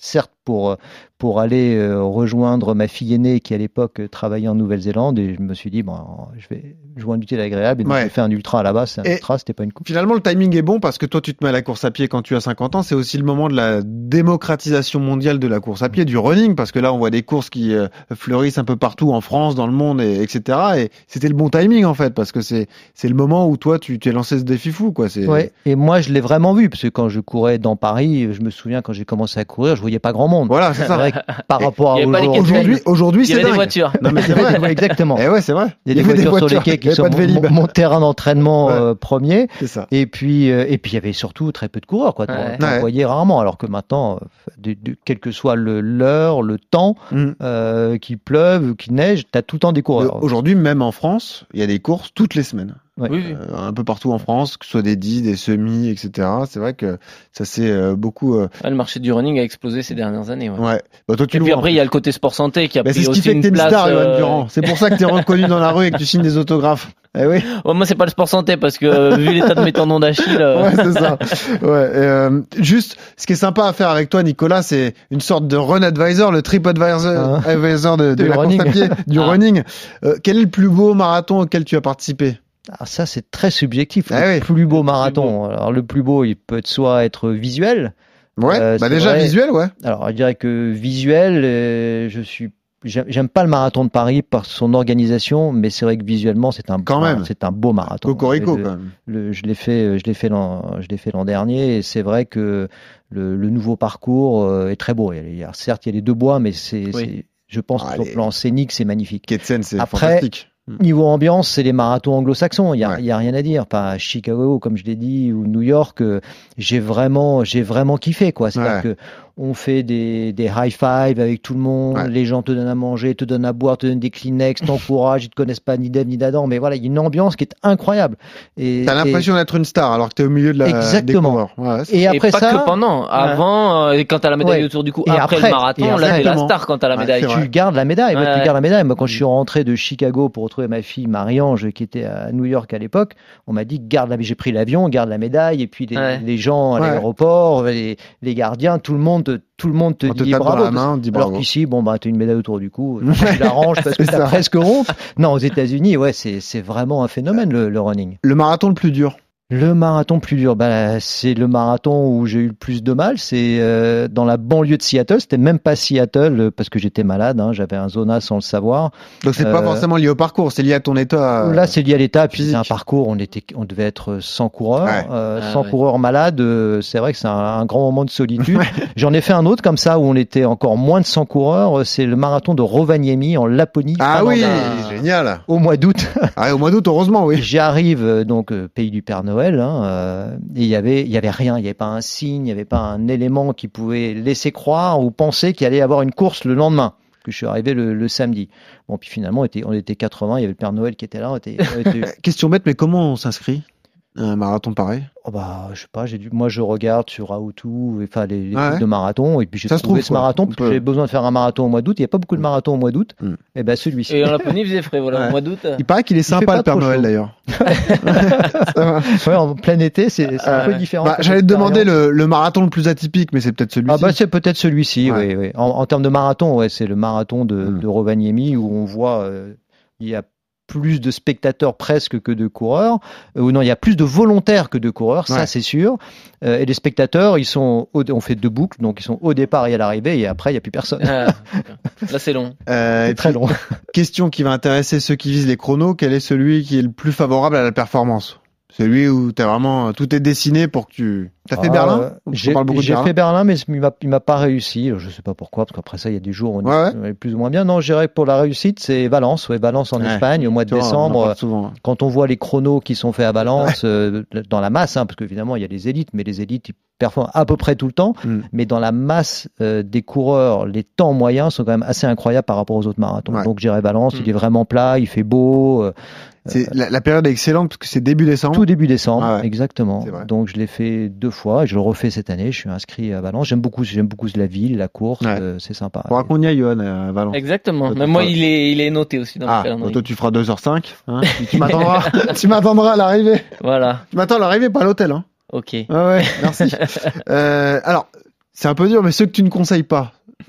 pour pour aller euh, rejoindre ma fille aînée qui à l'époque travaillait en Nouvelle-Zélande et je me suis dit bon je vais joindre l'utile à l'agréable et donc Ouais. j'ai fait un ultra là-bas, c'est un Et ultra, c'était pas une coupe. Finalement, le timing est bon parce que toi, tu te mets à la course à pied quand tu as cinquante ans. C'est aussi le moment de la démocratisation mondiale de la course à pied, du running, parce que là, on voit des courses qui euh, fleurissent un peu partout en France, dans le monde, et, etc. Et c'était le bon timing, en fait, parce que c'est, c'est le moment où toi, tu t'es lancé ce défi fou, quoi. C'est... Ouais, et moi je l'ai vraiment vu parce que quand je courais dans Paris, je me souviens quand j'ai commencé à courir, je voyais pas grand monde. Voilà, c'est ça. vrai que par rapport Il y à avait pas les aujourd'hui, Aujourd'hui, aujourd'hui, Il y c'est avait des dingue. voitures. Non, mais c'est vrai. Ouais, exactement. Eh ouais, c'est vrai. Il y a des avait voitures, sur les quais il y qui avait sont pas de Vélib. mon, mon terrain d'entraînement Ouais. euh, premier. C'est ça. Et puis, euh, et puis il y avait surtout très peu de coureurs, quoi. Ouais. T'en Ouais. voyais rarement, alors que maintenant, euh, de, de- quel que soit le, l'heure, le temps, Mm. euh, qu'il pleuve ou qu'il neige, t'as tout le temps des Euh, coureurs. Aujourd'hui, même en France, il y a des courses toutes les semaines. Ouais. Oui, oui. Euh, un peu partout en France, que ce soit des dix, des semis, et cetera. C'est vrai que ça s'est euh, beaucoup. euh, Ouais, le marché du running a explosé ces dernières années. Ouais. Ouais. Bah, toi, tu Et le puis vois. après, il y a le côté sport santé qui a Bah, pris c'est ce qui aussi fait que une t'es une place. star, Johan euh, Durand. C'est pour ça que t'es reconnu dans la rue et que tu signes des autographes. Eh oui. ouais, moi, c'est pas le sport santé parce que euh, vu l'état de mes tendons d'Achille. euh, Ouais, c'est ça. Ouais. et, euh, juste, ce qui est sympa à faire avec toi, Nicolas, c'est une sorte de run advisor, le trip advisor, Ah. advisor de, de Du la running. course à pied, du Ah. running. Euh, quel est le plus beau marathon auquel tu as participé? Ah, ça, c'est très subjectif. Ah le oui. plus beau Le plus marathon. Alors, le plus beau, il peut soit être visuel. Ouais. Euh, bah c'est déjà vrai. visuel, ouais. Alors, je dirais que visuel, euh, je suis, j'aime j'aime pas le marathon de Paris par son organisation, mais c'est vrai que visuellement, c'est un, Quand un- même. c'est un beau marathon. Cocorico, Le- quand même. le- je l'ai fait, je l'ai fait l'an, je l'ai fait l'an dernier, et c'est vrai que le, le nouveau parcours euh, est très beau. Il y a, certes, il y a les deux bois, mais c'est, Oui. c'est- je pense Ah, que sur les- le plan scénique, c'est magnifique. Ketsen, c'est Après, fantastique. Niveau ambiance, c'est les marathons anglo-saxons. Il y a, Ouais. il y a rien à dire. Pas à Chicago, comme je l'ai dit, ou New York. euh, J'ai vraiment, j'ai vraiment kiffé, quoi. C'est-à-dire Ouais. que on fait des, des high five avec tout le monde. Ouais. Les gens te donnent à manger, te donnent à boire, te donnent des Kleenex, t'encouragent. Ils te connaissent pas ni d'Ève ni d'Adam, mais voilà, il y a une ambiance qui est incroyable. Et T'as et- l'impression d'être une star alors que t'es au milieu de la Exactement. des coureurs. Ouais, c'est- Et Et après pas ça, que pendant. Avant, euh, quand t'as la médaille Ouais. autour du cou. Et Après, après, le marathon, et là, t'es la exactement. star quand t'as la Ouais, médaille. c'est vrai. tu gardes la médaille. ouais, Ouais, tu ouais. gardes la médaille. Moi, quand je suis rentré de Chicago pour retrouver ma fille Marie-Ange, qui était à New York à l'époque, on m'a dit garde la. J'ai pris l'avion, garde la médaille, et puis les, Ouais. les gens à Ouais. l'aéroport, les, les gardiens, tout le monde, te- tout le monde te On te dit tape dans bravo. la main, on te dit Alors bravo. qu'ici, bon bah, t'as une médaille autour du cou, tu l'arranges parce que C'est t'as ça. presque honte. Non, aux États-Unis, ouais, c'est c'est vraiment un phénomène le, le running. Le marathon le plus dur. Le marathon plus dur, bah, c'est le marathon où j'ai eu le plus de mal. C'est euh, dans la banlieue de Seattle. C'était même pas Seattle euh, parce que j'étais malade. Hein, j'avais un zona sans le savoir. Donc c'est pas Euh, forcément lié au parcours, c'est lié à ton état. euh, Là, c'est lié à l'état. Puis c'est physique. un parcours. On était, on devait être cent coureurs, Ouais. euh, Ah, cent ouais. coureurs malades. euh, c'est vrai que c'est un, un grand moment de solitude. J'en ai fait un autre comme ça où on était encore moins de cent coureurs. euh, C'est le marathon de Rovaniemi en Laponie. Ah oui, finlandaise, génial. au mois d'août. Ah, au mois d'août, heureusement, oui. J'arrive euh, donc euh, pays du Père Noël, hein, euh, et il y avait il y avait rien, il n'y avait pas un signe, il n'y avait pas un élément qui pouvait laisser croire ou penser qu'il allait y avoir une course le lendemain. Que je suis arrivé le, le samedi. Bon, puis finalement, on était, on était quatre-vingts, il y avait le Père Noël qui était là. On était, on était- Question bête, mais comment on s'inscrit à un marathon pareil? oh bah, je sais pas, j'ai dû, moi je regarde sur Raoutou, enfin les, les Ah trucs ouais. de marathon, et puis j'ai Ça se trouvé trouve, ce quoi. marathon On parce peut- que j'avais besoin de faire un marathon au mois d'août. Il n'y a pas beaucoup de marathons au mois d'août. Mm. Et ben celui-ci. Et en Laponie, il faisait frais, voilà, Ouais. au mois d'août. Il paraît qu'il est fait sympa pas le Père trop Noël chaud. d'ailleurs. Ça va. Ouais, en plein été, c'est c'est un Euh, peu différent. Bah, comme j'allais te demander expérience. le, le marathon le plus atypique, mais c'est peut-être celui-ci. Ah bah c'est peut-être celui-ci, Ouais. oui, oui. En, en termes de marathon, ouais, c'est le marathon de, Mm. de Rovaniemi où on voit euh, il y a plus de spectateurs presque que de coureurs, euh, ou non, il y a plus de volontaires que de coureurs, Ouais. ça c'est sûr. Euh, et les spectateurs, ils sont, au, on fait deux boucles, donc ils sont au départ et à l'arrivée, et après il y a plus personne. Ah, là, c'est long. Euh, C'est et très puis, long. Question qui va intéresser ceux qui visent les chronos. Quel est celui qui est le plus favorable à la performance? Celui où t'as vraiment, tout est dessiné pour que tu... T'as fait Ah, Berlin? euh, On J'ai parle beaucoup de j'ai Berlin. fait Berlin, mais il m'a, il m'a pas réussi. Je sais pas pourquoi, parce qu'après ça, il y a des jours où on Ouais, est, on est plus ou moins bien. Non, je dirais que pour la réussite, c'est Valence, ouais, Valence en Ouais. Espagne, au mois de Tu vois, on en décembre. parle souvent. Quand on voit les chronos qui sont faits à Valence, euh, dans la masse, hein, parce qu'évidemment, il y a les élites, mais les élites, ils performent à peu près tout le temps. Mm. Mais dans la masse euh, des coureurs, les temps moyens sont quand même assez incroyables par rapport aux autres marathons. Ouais. Donc, je dirais Valence, Mm. il est vraiment plat, il fait beau. euh, C'est, la, la période est excellente parce que c'est début décembre. tout début décembre, Ah ouais. exactement. C'est vrai. Donc, je l'ai fait deux fois et je le refais cette année. Je suis inscrit à Valence. J'aime beaucoup, j'aime beaucoup la ville, la course, Ouais. euh, c'est sympa. Faudra qu'on y aille, Johan, à Valence. Exactement. Toi, tu Même moi, feras- il est, il est noté aussi dans le Ah, bah, calendrier. toi tu feras deux heures cinq. Hein. tu, tu m'attendras. tu m'attendras à l'arrivée. Voilà. Tu m'attends à l'arrivée, pas à l'hôtel. Hein. Ok. Ouais, ouais, merci. euh, alors, c'est un peu dur, mais ceux que tu ne conseilles pas,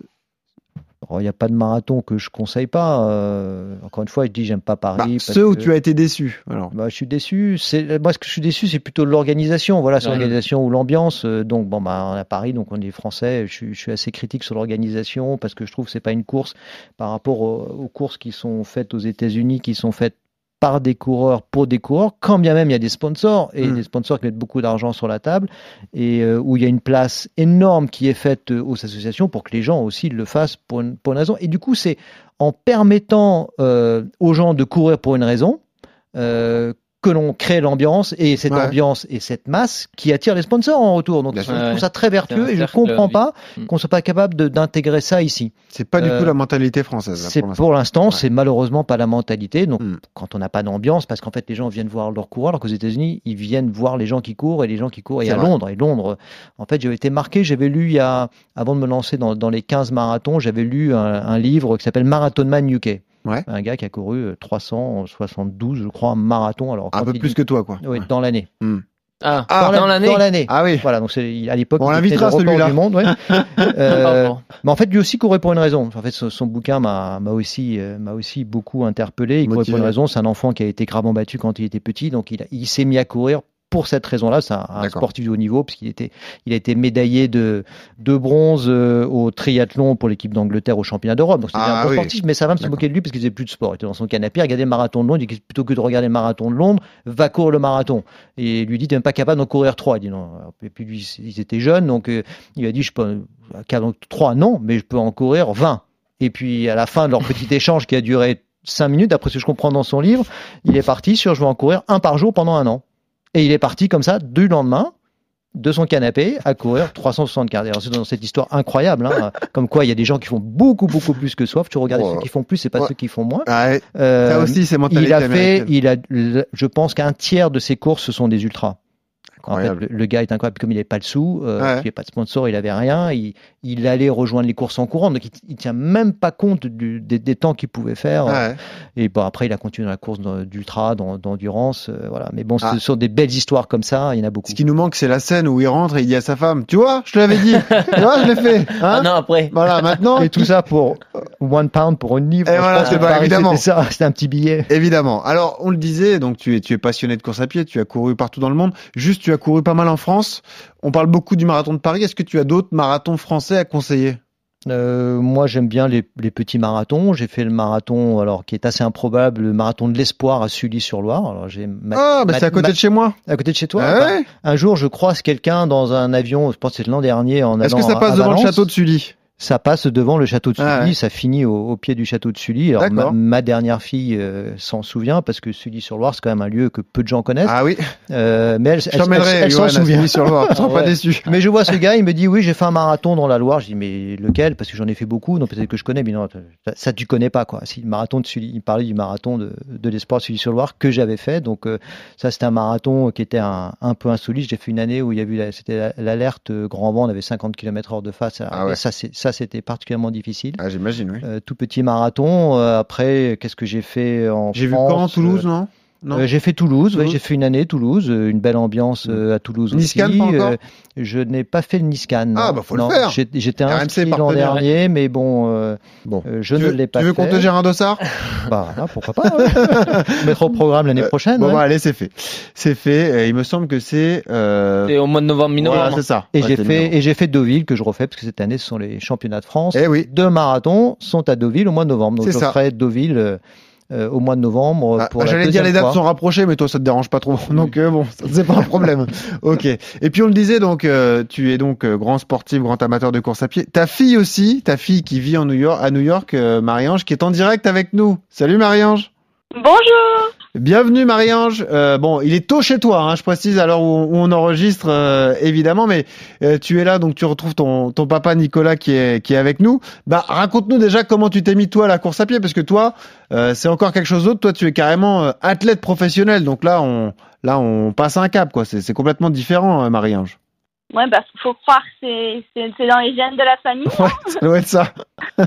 Il n'y a pas de marathon que je conseille pas. Euh, encore une fois, je dis j'aime pas Paris. Bah, parce ceux que, où tu as été déçu. Alors. Bah, je suis déçu. C'est, moi, ce que je suis déçu, c'est plutôt l'organisation. Voilà, c'est Ouais. l'organisation ou l'ambiance. Euh, donc, bon, bah, on est à Paris, donc on est français. Je, suis- je suis assez critique sur l'organisation parce que je trouve que c'est pas une course par rapport aux, aux courses qui sont faites aux États-Unis, qui sont faites par des coureurs pour des coureurs, quand bien même il y a des sponsors et Mm. des sponsors qui mettent beaucoup d'argent sur la table et euh, où il y a une place énorme qui est faite euh, aux associations pour que les gens aussi le fassent pour une, pour une raison. Et du coup, c'est en permettant euh, aux gens de courir pour une raison euh, que l'on crée l'ambiance et cette Ouais. ambiance et cette masse qui attire les sponsors en retour. Donc, Bien je sûr. trouve Ouais. ça très vertueux C'est un et je cercle, comprends oui. pas Mm. qu'on soit pas capable de- d'intégrer ça ici. C'est pas du Euh, tout la mentalité française. Là, C'est pour l'instant. pour l'instant, Ouais. c'est malheureusement pas la mentalité. Donc, Mm. quand on n'a pas d'ambiance, parce qu'en fait, les gens viennent voir leurs coureurs, alors qu'aux États-Unis, ils viennent voir les gens qui courent et les gens qui courent. Et C'est à vrai. Londres, et Londres, en fait, j'avais été marqué. J'avais lu il y a, avant de me lancer dans, dans les quinze marathons, j'avais lu un, un livre qui s'appelle Marathon Man U K. Ouais. Un gars qui a couru euh, trois cent soixante-douze, je crois, un marathon. Alors, Un quand peu il plus dit- que toi, quoi. oui, Ouais. dans l'année. Ah, Ah, dans l'année. Dans l'année. Ah oui. Voilà, donc c'est à l'époque On il l'invitera, était le record celui-là. du monde. Ouais. Euh, Pardon. mais en fait, lui aussi courait pour une raison. En fait, son, son bouquin m'a, m'a aussi euh, m'a aussi beaucoup interpellé. Il courait Motivé. pour une raison. C'est un enfant qui a été gravement battu quand il était petit, donc il, a- il s'est mis à courir pour cette raison-là. C'est un, un D'accord. sportif de haut niveau puisqu'il était il a été médaillé de de bronze euh, au triathlon pour l'équipe d'Angleterre au championnat d'Europe. Donc c'était Ah un bon oui. sportif, mais sa femme se D'accord. moquait de lui parce qu'il faisait plus de sport. Il était dans son canapé, il regardait le marathon de Londres. Il dit plutôt que de regarder le marathon de Londres, va courir le marathon. Et il lui dit t'es même pas capable d'en courir trois. Il dit non. Et puis lui, ils étaient jeunes, donc euh, il a dit je peux trois non, mais je peux en courir vingt. Et puis à la fin de leur petit échange qui a duré cinq minutes, d'après ce que je comprends dans son livre, il est parti sur je vais en courir un par jour pendant un an. Et il est parti comme ça du lendemain de son canapé à courir trois cent soixante-quinze. Alors, c'est dans cette histoire incroyable, hein, comme quoi il y a des gens qui font beaucoup beaucoup plus que soi. Tu regardes Oh. ceux qui font plus, c'est pas Ouais. ceux qui font moins. Ah, ouais. Euh, Ça aussi, c'est mentalité il a fait, américaine. il a, le- je pense qu'un tiers de ses courses ce sont des ultras. En fait, Incroyable. le, le gars est incroyable. Comme il n'avait pas de sous, euh, Ouais. il n'avait pas de sponsor, il avait rien. Il, il allait rejoindre les courses en courant, donc il, il tient même pas compte du- des, des temps qu'il pouvait faire. Ouais. Et bon, après, il a continué dans la course dans- d'ultra, dans- d'endurance, euh, voilà. Mais bon, Ah. ce sont des belles histoires comme ça. Il y en a beaucoup. Ce qui nous manque, c'est la scène où il rentre et il dit à sa femme, tu vois, je te l'avais dit. Tu vois, je l'ai fait. Hein Ah non, après. Voilà, maintenant. Et tout ça pour one pound pour une livre. Et Je voilà, pense c'est que pas Paris, évidemment. C'était ça, c'était un petit billet. Évidemment. Alors, on le disait, donc tu es, tu es passionné de course à pied, tu as couru partout dans le monde. Juste, tu as couru pas mal en France. On parle beaucoup du marathon de Paris. Est-ce que tu as d'autres marathons français à conseiller? Euh, moi, j'aime bien les, les petits marathons. J'ai fait le marathon, alors qui est assez improbable, le marathon de l'Espoir à Sully-sur-Loire. Alors j'ai ma- Ah, bah ma- c'est à côté ma- de chez moi. à côté de chez toi. Ah Bah, ouais. un jour, je croise quelqu'un dans un avion. Je pense que c'est l'an dernier en Est-ce allant que ça à- passe à devant le Valence. château de Sully? Ça passe devant le château de Sully, Ah ouais. ça finit au, au pied du château de Sully. Alors ma, D'accord. ma dernière fille euh, s'en souvient parce que Sully-sur-Loire, c'est quand même un lieu que peu de gens connaissent. Ah oui. Euh, mais elle, Je elle, elle, t'emmènerai, elle s'en Johan, à souvient. Sully-sur-Loire. Tu seras pas Ouais. déçu. Mais je vois ce gars, il me dit oui, j'ai fait un marathon dans la Loire. Je dis mais lequel? Parce que j'en ai fait beaucoup, donc peut-être que je connais. Mais non, ça, ça, tu connais pas quoi. Si le marathon de Sully, il parlait du marathon de, de l'Espoir de Sully-sur-Loire que j'avais fait. Donc euh, ça c'était un marathon qui était un, un peu insolite. J'ai fait une année où il y a eu la- c'était la- l'alerte euh, grand vent, on avait cinquante kilomètres heure de face. Ah ouais. Ça c'est ça c'était particulièrement difficile. Ah, j'imagine, oui. Euh, tout petit marathon. Euh, après, qu'est-ce que j'ai fait en J'ai vu France Caen, Toulouse, euh, non? Non. euh, j'ai fait Toulouse, ouais, Toulouse. j'ai fait une année Toulouse, euh, une belle ambiance euh, à Toulouse Niscan, aussi. pas encore Euh, je n'ai pas fait le Niscan. Ah, non. bah, faut le Non, faire. j'ai- J'étais R M C inscrit l'an partenaire. dernier, mais bon, euh, Bon. euh, je tu ne veux, l'ai pas tu veux fait. qu'on te gère un dossard? Bah, voilà, pourquoi pas. Ouais. Mettre au programme l'année prochaine. Bon, ouais. bah, allez, c'est fait. C'est fait. Et il me semble que c'est, euh... C'est au mois de novembre, mi-novembre. voilà, c'est ça. Et Ouais, j'ai c'est fait mi-novembre. et j'ai fait Deauville que je refais parce que cette année ce sont les championnats de France. Eh oui. Deux marathons sont à Deauville au mois de novembre. Donc C'est je ça. ferai Deauville euh, euh, au mois de novembre Ah, pour bah, la j'allais dire deuxième les dates fois. sont rapprochées, mais toi ça te dérange pas trop. Donc euh, bon, ça, c'est pas un problème. Ok. Et puis on le disait donc, euh, tu es donc euh, grand sportif, grand amateur de course à pied. Ta fille aussi, ta fille qui vit en New York, à New York, euh, Marie-Ange, qui est en direct avec nous. Salut Marie-Ange. Bonjour. Bienvenue Marie-Ange. Euh, bon, il est tôt chez toi, hein, je précise à l'heure où, où on enregistre euh, évidemment, mais euh, tu es là, donc tu retrouves ton, ton papa Nicolas qui est, qui est avec nous. Bah, raconte-nous déjà comment tu t'es mis toi à la course à pied, parce que toi, euh, c'est encore quelque chose d'autre. Toi, tu es carrément euh, athlète professionnel, donc là, on, là, on passe un cap, quoi. C'est, c'est complètement différent, euh, Marie-Ange. Ouais, bah, faut croire que c'est, c'est, c'est dans les gènes de la famille. Ouais, ça doit être ça.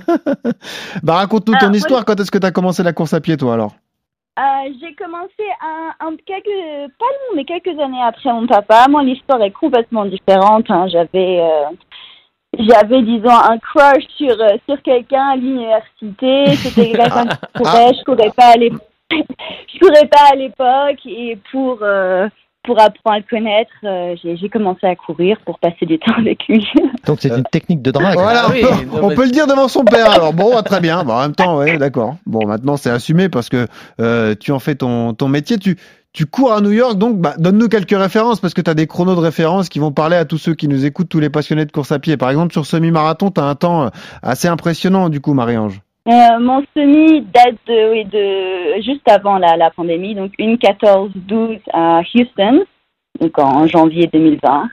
Bah, raconte-nous Alors, ton moi, histoire. Quand est-ce que tu as commencé la course à pied, toi, alors? Euh, j'ai commencé un, un quelques, pas long, mais quelques années après mon papa. Moi, l'histoire est complètement différente. Hein. J'avais, euh, j'avais, disons, un crush sur, euh, sur quelqu'un à l'université. C'était quelqu'un qui courait, je courais pas à l'époque. je courais pas à l'époque et pour, euh, pour apprendre à le connaître, euh, j'ai, j'ai commencé à courir pour passer du temps avec lui. Donc c'est une technique de drague. Voilà, Ah oui, on, peut, non, on mais- peut le dire devant son père. Alors bon, ah, très bien. Bon, en même temps, ouais, d'accord. Bon, maintenant c'est assumé parce que euh, tu en fais ton, ton métier. Tu, tu cours à New York, donc bah, donne-nous quelques références parce que tu as des chronos de référence qui vont parler à tous ceux qui nous écoutent, tous les passionnés de course à pied. Par exemple, sur semi-marathon, tu as un temps euh, assez impressionnant du coup, Marie-Ange. Euh, mon semi date de, oui, de juste avant la, la pandémie, donc une quatorze douze à Houston, donc en janvier deux mille vingt.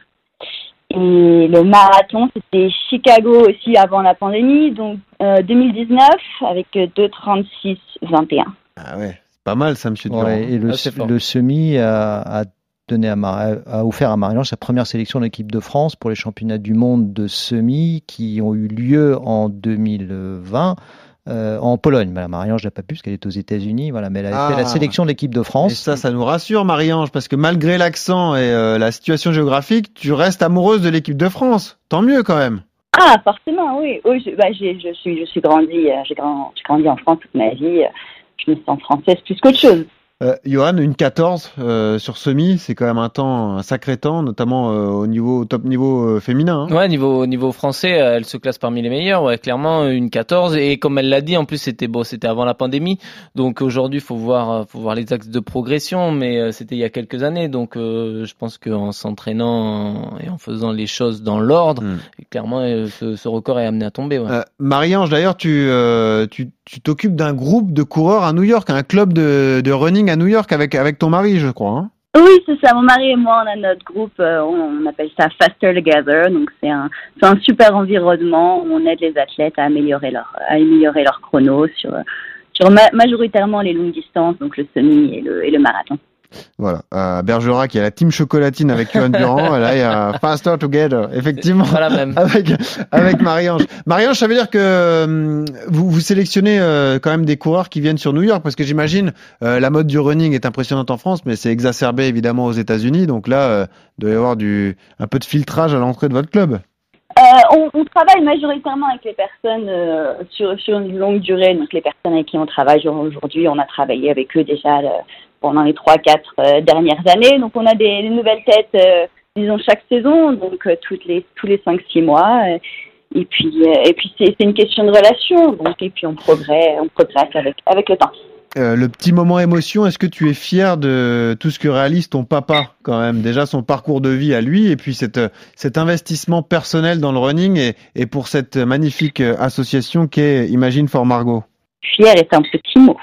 Et le marathon, c'était Chicago aussi avant la pandémie, donc euh, deux mille dix-neuf avec deux trente-six vingt et un. Ah ouais, c'est pas mal ça, monsieur Durand. Ouais, et le, Ah, c'est fort. le semi a, a donné à, Mar- a offert à Marie-Ange sa première sélection de l'équipe de France pour les championnats du monde de semi qui ont eu lieu en deux mille vingt. Euh, en Pologne. Voilà, Marie-Ange n'a pas pu parce qu'elle est aux États-Unis, voilà, mais elle a Ah. fait la sélection de l'équipe de Et France. ça, ça nous rassure, Marie-Ange, parce que malgré l'accent et euh, la situation géographique, tu restes amoureuse de l'équipe de France. Tant mieux quand même. Ah, forcément, oui. oui je, bah, j'ai, je suis, je suis grandi, euh, j'ai, grand, j'ai grandi en France toute ma vie. euh, Je me sens française plus qu'autre chose. Euh, Johan, une quatorze euh, sur semi, c'est quand même un temps, un sacré temps, notamment euh, au niveau au top niveau euh, féminin. Hein. Ouais, niveau niveau français, euh, elle se classe parmi les meilleures. Ouais, clairement une quatorze. Et comme elle l'a dit, en plus c'était bon, c'était avant la pandémie. Donc aujourd'hui, faut voir, euh, faut voir les axes de progression. Mais euh, c'était il y a quelques années. Donc euh, je pense qu'en s'entraînant et en faisant les choses dans l'ordre, Mm. clairement, euh, ce, ce record est amené à tomber. Ouais. Euh, Marie-Ange, d'ailleurs, tu, euh, tu tu t'occupes d'un groupe de coureurs à New York, un club de, de running à New York avec avec ton mari, je crois. Hein. Oui, c'est ça. Mon mari et moi, on a notre groupe, euh, on, on appelle ça Faster Together. Donc, c'est un, c'est un super environnement où on aide les athlètes à améliorer leur, à améliorer leur chrono sur, sur ma- majoritairement les longues distances, donc le semi et le, et le marathon. Voilà, à Bergerac, il y a la team chocolatine avec Johan Durand, et là il y a Faster Together, effectivement, Voilà même. avec avec Marie-Ange. Marie-Ange, ça veut dire que hum, vous vous sélectionnez euh, quand même des coureurs qui viennent sur New York, parce que j'imagine euh, la mode du running est impressionnante en France, mais c'est exacerbé évidemment aux États-Unis, donc là euh, il doit y avoir du un peu de filtrage à l'entrée de votre club. Euh, on, on travaille majoritairement avec les personnes euh, sur, sur une longue durée. Donc, les personnes avec qui on travaille aujourd'hui, on a travaillé avec eux déjà euh, pendant les trois quatre euh, dernières années. Donc, on a des, des nouvelles têtes, euh, disons, chaque saison, donc euh, toutes les, tous les cinq six mois. Euh, et puis, euh, et puis c'est, c'est une question de relation. Donc, et puis, on progresse, on progresse avec, avec le temps. Euh, le petit moment émotion, est-ce que tu es fier de tout ce que réalise ton papa quand même? Déjà son parcours de vie à lui et puis cette, cet investissement personnel dans le running et, et pour cette magnifique association qu'est Imagine for Margot. Fier est un petit mot.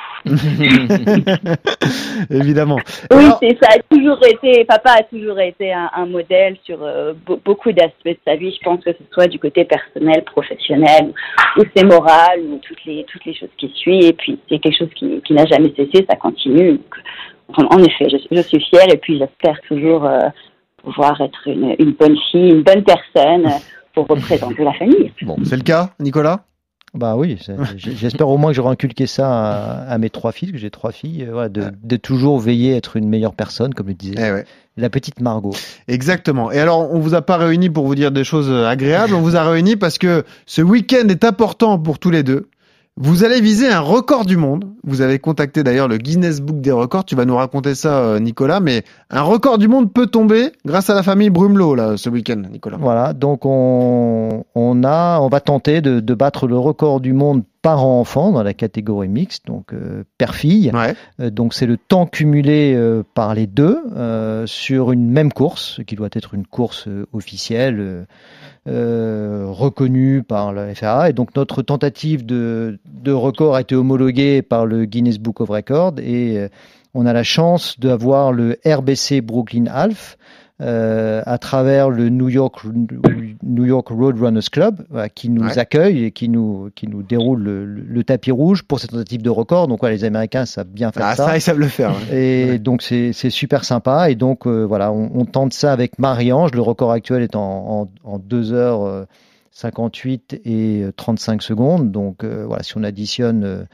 Évidemment. Oui, Alors, c'est, ça a toujours été, papa a toujours été un, un modèle sur euh, be- beaucoup d'aspects de sa vie. Je pense que ce soit du côté personnel, professionnel, ou c'est moral, ou toutes les, toutes les choses qui suivent. Et puis, c'est quelque chose qui, qui n'a jamais cessé, ça continue. Donc, en, en effet, je, je suis fière et puis j'espère toujours euh, pouvoir être une, une bonne fille, une bonne personne euh, pour représenter la famille. bon, c'est le cas, Nicolas? Bah oui, c'est- j- j'espère au moins que j'aurai inculqué ça à, à mes trois filles, parce que j'ai trois filles, euh, voilà, de, de toujours veiller à être une meilleure personne, comme le disait Eh ouais. la petite Margot. Exactement. Et alors, on vous a pas réunis pour vous dire des choses agréables, on vous a réunis parce que ce week-end est important pour tous les deux. Vous allez viser un record du monde. Vous avez contacté d'ailleurs le Guinness Book des records. Tu vas nous raconter ça, euh, Nicolas. Mais un record du monde peut tomber grâce à la famille Brumelot, là, ce week-end, Nicolas. Voilà, donc on, on a, on va tenter de, de battre le record du monde parent-enfant dans la catégorie mixte, donc euh, père-fille. Ouais. Euh, donc c'est le temps cumulé euh, par les deux euh, sur une même course, qui doit être une course euh, officielle euh, euh, reconnue par la F A A. Et donc notre tentative de, de record a été homologuée par le Guinness Book of Records et euh, on a la chance d'avoir le R B C Brooklyn Half euh, à travers le New York New York Road Runners Club, voilà, qui nous Ouais. accueille et qui nous qui nous déroule le, le- le tapis rouge pour cette tentative de record. Donc voilà, les Américains savent bien faire Ah, ça. ça, ils savent le faire. ouais. Et Ouais. donc c'est c'est super sympa. Et donc euh, voilà, on, on tente ça avec Marie-Ange. Le record actuel est en, en, en deux heures cinquante-huit et trente-cinq secondes. Donc euh, voilà, si on additionne euh,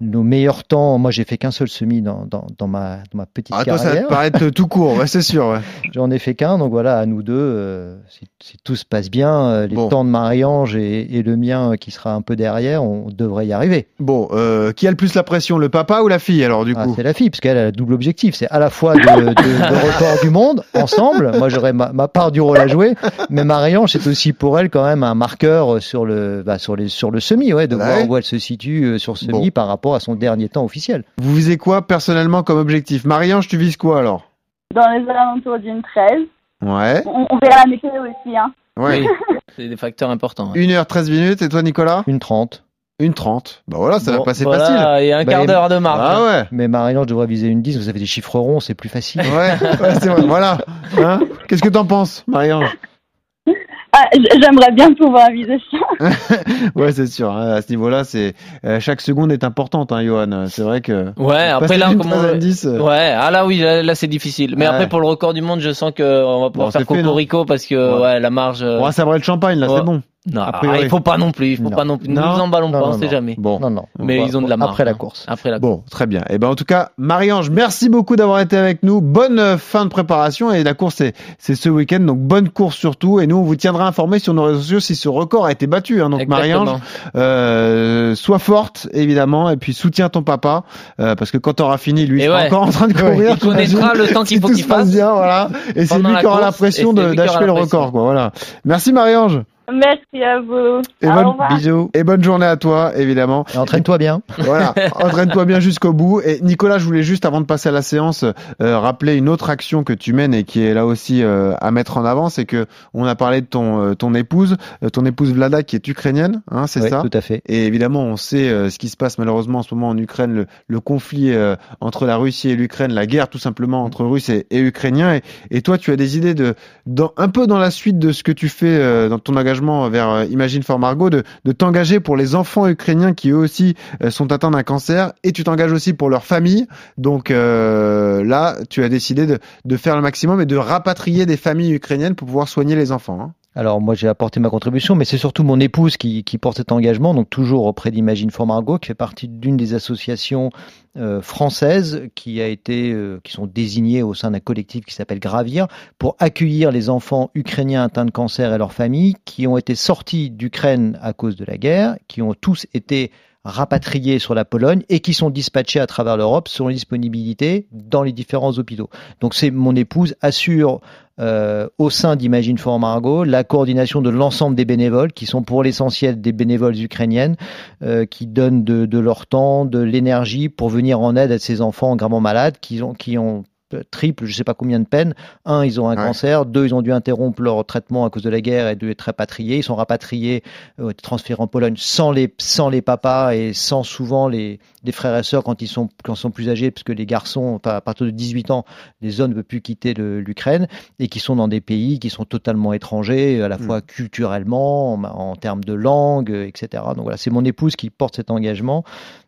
nos meilleurs temps, moi j'ai fait qu'un seul semi dans, dans, dans, ma, dans ma petite ah, toi, carrière. Ça va te paraître tout court, ouais, c'est sûr. Ouais. J'en ai fait qu'un, donc voilà, à nous deux, euh, si, si tout se passe bien, euh, les bon. temps de Marie-Ange et, et le mien euh, qui sera un peu derrière, on devrait y arriver. Bon, euh, qui a le plus la pression, le papa ou la fille alors du coup ah, c'est la fille, parce qu'elle a le double objectif, c'est à la fois de, de, de record du monde, ensemble, moi j'aurai ma, ma part du rôle à jouer, mais Marie-Ange c'est aussi pour elle quand même un marqueur sur le, bah, sur les, sur le semi, ouais, de ouais. voir où elle se situe sur ce semi bon. par rapport à son dernier temps officiel. Vous visez quoi personnellement comme objectif? Marie-Ange, tu vises quoi alors? Dans les alentours d'une treize. Ouais. On, on verra la météo aussi, hein. Ouais. C'est des facteurs importants. Ouais. une heure treize minutes, et toi Nicolas? une trente. une trente. Bah voilà, ça bon, va passer voilà, facile. Il y a un bah, quart d'heure de marge. Ah ouais. Mais Marie-Ange devrait viser une dix, vous avez des chiffres ronds, c'est plus facile. Ouais, ouais c'est vrai. Voilà. Hein, qu'est-ce que t'en penses, Marie-Ange? Ah, j'aimerais bien pouvoir viser ça. Ouais, c'est sûr. Hein, à ce niveau-là, c'est euh, chaque seconde est importante, hein, Johan. C'est vrai que. Ouais, après là, comment dix, euh... ouais, ah là oui, là, là c'est difficile. Mais ouais. après pour le record du monde, je sens que on va pouvoir bon, faire cocorico parce que ouais. ouais, la marge. On va sabrer le champagne là, ouais. c'est bon. Non, ah, il faut pas non plus, il faut non. pas non plus. Non. Nous nous emballons non, pas, non, on sait non. jamais. Bon, non, non. Mais va, ils ont de la marge. Après la hein. course. Après la bon, course. très bien. Et ben en tout cas, Marie-Ange, merci beaucoup d'avoir été avec nous. Bonne fin de préparation et la course c'est c'est ce week-end, donc bonne course surtout. Et nous on vous tiendra informés sur nos réseaux sociaux si ce record a été battu. Hein. Donc Marie-Ange, euh, sois forte évidemment et puis soutiens ton papa euh, parce que quand t'auras fini, lui il sera ouais. encore en train de courir. Il connaîtra le temps qu'il si faut qu'il fasse. Bien, voilà. Et c'est lui qui aura la pression de, d'achever le record, quoi. Voilà. Merci Marie-Ange. Merci à vous. Et Au bonne, revoir. Bisous. Et bonne journée à toi, évidemment. Et entraîne-toi bien. Voilà, entraîne-toi bien jusqu'au bout. Et Nicolas, je voulais juste, avant de passer à la séance, euh, rappeler une autre action que tu mènes et qui est là aussi euh, à mettre en avant, c'est que on a parlé de ton euh, ton épouse, euh, ton épouse Vlada qui est ukrainienne, hein, c'est oui, ça? Tout à fait. Et évidemment, on sait euh, ce qui se passe malheureusement en ce moment en Ukraine, le, le conflit euh, entre la Russie et l'Ukraine, la guerre tout simplement entre Russes et, et Ukrainiens. Et, et toi, tu as des idées de, dans, un peu dans la suite de ce que tu fais euh, dans ton engagement vers euh, Imagine for Margot, de, de t'engager pour les enfants ukrainiens qui eux aussi euh, sont atteints d'un cancer, et tu t'engages aussi pour leur famille. Donc euh, là, tu as décidé de, de faire le maximum et de rapatrier des familles ukrainiennes pour pouvoir soigner les enfants. Hein. Alors moi j'ai apporté ma contribution, mais c'est surtout mon épouse qui, qui porte cet engagement, donc toujours auprès d'Imagine for Margot, qui fait partie d'une des associations euh, françaises qui a été, euh, qui sont désignées au sein d'un collectif qui s'appelle Gravir, pour accueillir les enfants ukrainiens atteints de cancer et leurs familles, qui ont été sortis d'Ukraine à cause de la guerre, qui ont tous été rapatriés sur la Pologne et qui sont dispatchés à travers l'Europe selon les disponibilités dans les différents hôpitaux. Donc c'est mon épouse assure euh, au sein d'Imagine for Margot la coordination de l'ensemble des bénévoles qui sont pour l'essentiel des bénévoles ukrainiennes euh, qui donnent de, de leur temps, de l'énergie pour venir en aide à ces enfants gravement malades qui ont, qui ont triple, je ne sais pas combien de peines. Un, ils ont un ouais. cancer. Deux, ils ont dû interrompre leur traitement à cause de la guerre et dû être rapatriés. Ils sont rapatriés, euh, transférés en Pologne sans les, sans les papas et sans souvent les, les frères et sœurs quand ils sont, quand ils sont plus âgés, parce que les garçons, à partir de dix-huit ans, les hommes ne peuvent plus quitter le, l'Ukraine et qui sont dans des pays qui sont totalement étrangers, à la mmh. fois culturellement, en, en termes de langue, et cetera. Donc voilà, c'est mon épouse qui porte cet engagement.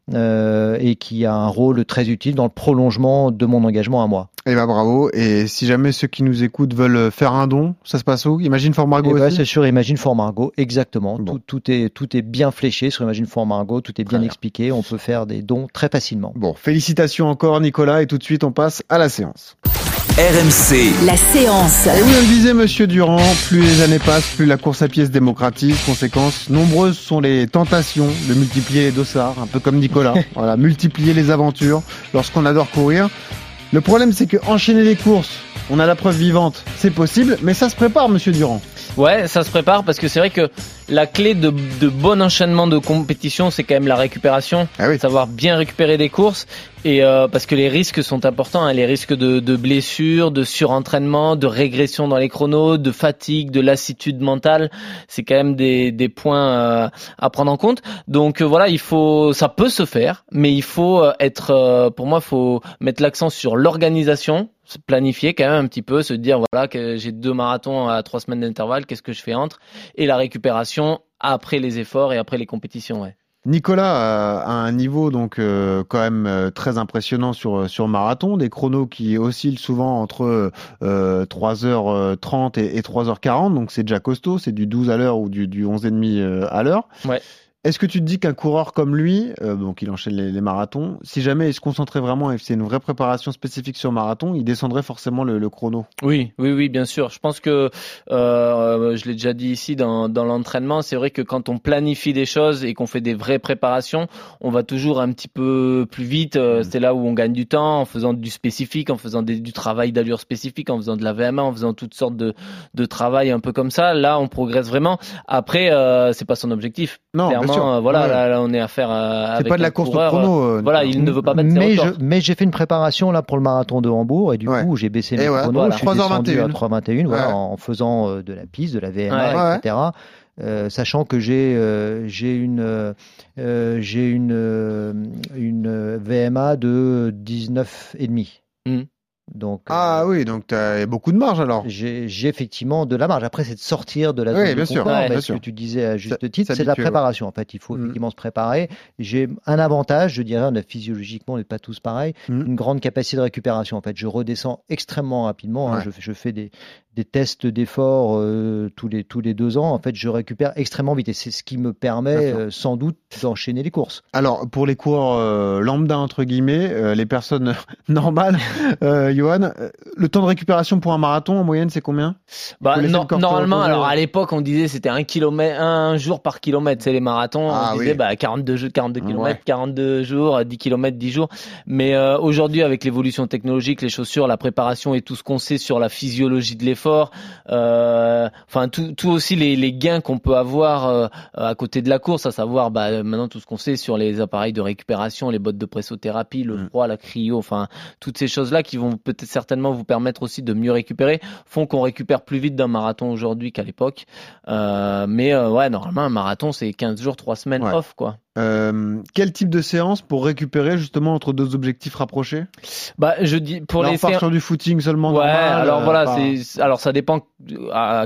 Euh, et qui a un rôle très utile dans le prolongement de mon engagement à moi. Eh ben bravo. Et si jamais ceux qui nous écoutent veulent faire un don, ça se passe où? Imagine for Margot. Eh ben, aussi c'est sur Imagine for Margot, exactement. Bon. Tout, tout est tout est bien fléché sur Imagine for Margot, tout est bien, bien expliqué. On peut faire des dons très facilement. Bon, félicitations encore Nicolas, et tout de suite on passe à la séance. R M C. La séance. Et oui, on le disait, Monsieur Durand, plus les années passent, plus la course à pied se démocratise. Conséquence, nombreuses sont les tentations de multiplier les dossards, un peu comme Nicolas. Voilà, multiplier les aventures lorsqu'on adore courir. Le problème, c'est que enchaîner les courses, on a la preuve vivante, c'est possible, mais ça se prépare, Monsieur Durand. Ouais, ça se prépare parce que c'est vrai que la clé de, de bon enchaînement de compétition, c'est quand même la récupération, ah oui. savoir bien récupérer des courses, et euh, parce que les risques sont importants, hein, les risques de, de blessures, de surentraînement, de régression dans les chronos, de fatigue, de lassitude mentale, c'est quand même des, des points euh, à prendre en compte. Donc euh, voilà, il faut, ça peut se faire, mais il faut être, euh, pour moi, il faut mettre l'accent sur l'organisation. Se planifier quand même un petit peu, se dire voilà que j'ai deux marathons à trois semaines d'intervalle, qu'est-ce que je fais entre, et la récupération après les efforts et après les compétitions. Ouais. Nicolas a un niveau donc euh, quand même euh, très impressionnant sur sur marathon, des chronos qui oscillent souvent entre euh, trois heures trente et, et trois heures quarante, donc c'est déjà costaud, c'est du douze à l'heure ou du, du onze virgule cinq euh, à l'heure. Ouais. Est-ce que tu te dis qu'un coureur comme lui, euh, donc il enchaîne les, les marathons, si jamais il se concentrait vraiment et c'est une vraie préparation spécifique sur marathon, il descendrait forcément le, le chrono? Oui, oui, oui, bien sûr. Je pense que euh, je l'ai déjà dit ici dans, dans l'entraînement, c'est vrai que quand on planifie des choses et qu'on fait des vraies préparations, on va toujours un petit peu plus vite. Euh, c'est là où on gagne du temps en faisant du spécifique, en faisant des, du travail d'allure spécifique, en faisant de la V M A, en faisant toutes sortes de, de travail un peu comme ça. Là, on progresse vraiment. Après, euh, c'est pas son objectif. Non, clairement. Euh, voilà, ouais. là, là, on est à faire. Euh, c'est avec pas de la course coureur, au chrono. Euh, voilà, il ne veut pas mettre ses mais records. Je, mais j'ai fait une préparation là pour le marathon de Hambourg et du ouais. coup j'ai baissé mes ouais, chronos. Voilà. Je suis trois heures vingt et un à trois heures vingt et un, voilà, ouais. en faisant euh, de la piste, de la V M A, ouais. et cetera. Euh, sachant que j'ai euh, j'ai une euh, j'ai une euh, une V M A de dix-neuf et demi. Mm. Donc, ah euh, oui, donc tu as beaucoup de marge alors. J'ai, j'ai effectivement de la marge. Après, c'est de sortir de la oui, zone bien de confort. Sûr, ouais, mais bien ce sûr. que tu disais à juste ça, titre, ça c'est de la tué, préparation. Ouais. En fait, il faut mmh. effectivement se préparer. J'ai un avantage, je dirais, on a physiologiquement, on n'est pas tous pareils, mmh. une grande capacité de récupération. En fait, je redescends extrêmement rapidement. Ouais. Hein, je, je fais des, des tests d'effort euh, tous les tous les deux ans. En fait, je récupère extrêmement vite et c'est ce qui me permet euh, sans doute d'enchaîner les courses. Alors, pour les coureurs euh, lambda entre guillemets, euh, les personnes normales, euh, Johan, le temps de récupération pour un marathon en moyenne, c'est combien? Bah no, normalement, alors à l'époque, on disait c'était un kilomètre, un jour par kilomètre. C'est les marathons. Ah, on disait oui. bah quarante-deux kilomètres, ouais. quarante-deux jours, dix kilomètres, dix jours. Mais euh, aujourd'hui, avec l'évolution technologique, les chaussures, la préparation et tout ce qu'on sait sur la physiologie de l'effort, euh, enfin tout, tout aussi les, les gains qu'on peut avoir euh, à côté de la course, à savoir bah maintenant tout ce qu'on sait sur les appareils de récupération, les bottes de pressothérapie, le froid, la cryo, enfin toutes ces choses-là qui vont peut-être certainement vous permettre aussi de mieux récupérer, font qu'on récupère plus vite d'un marathon aujourd'hui qu'à l'époque. Euh, mais euh, ouais, normalement un marathon c'est quinze jours, trois semaines ouais. off quoi. Euh, quel type de séance pour récupérer justement entre deux objectifs rapprochés? Bah je dis pour Là, les on part séances sur du footing seulement. Ouais, normal, alors euh, voilà, pas... c'est alors ça dépend à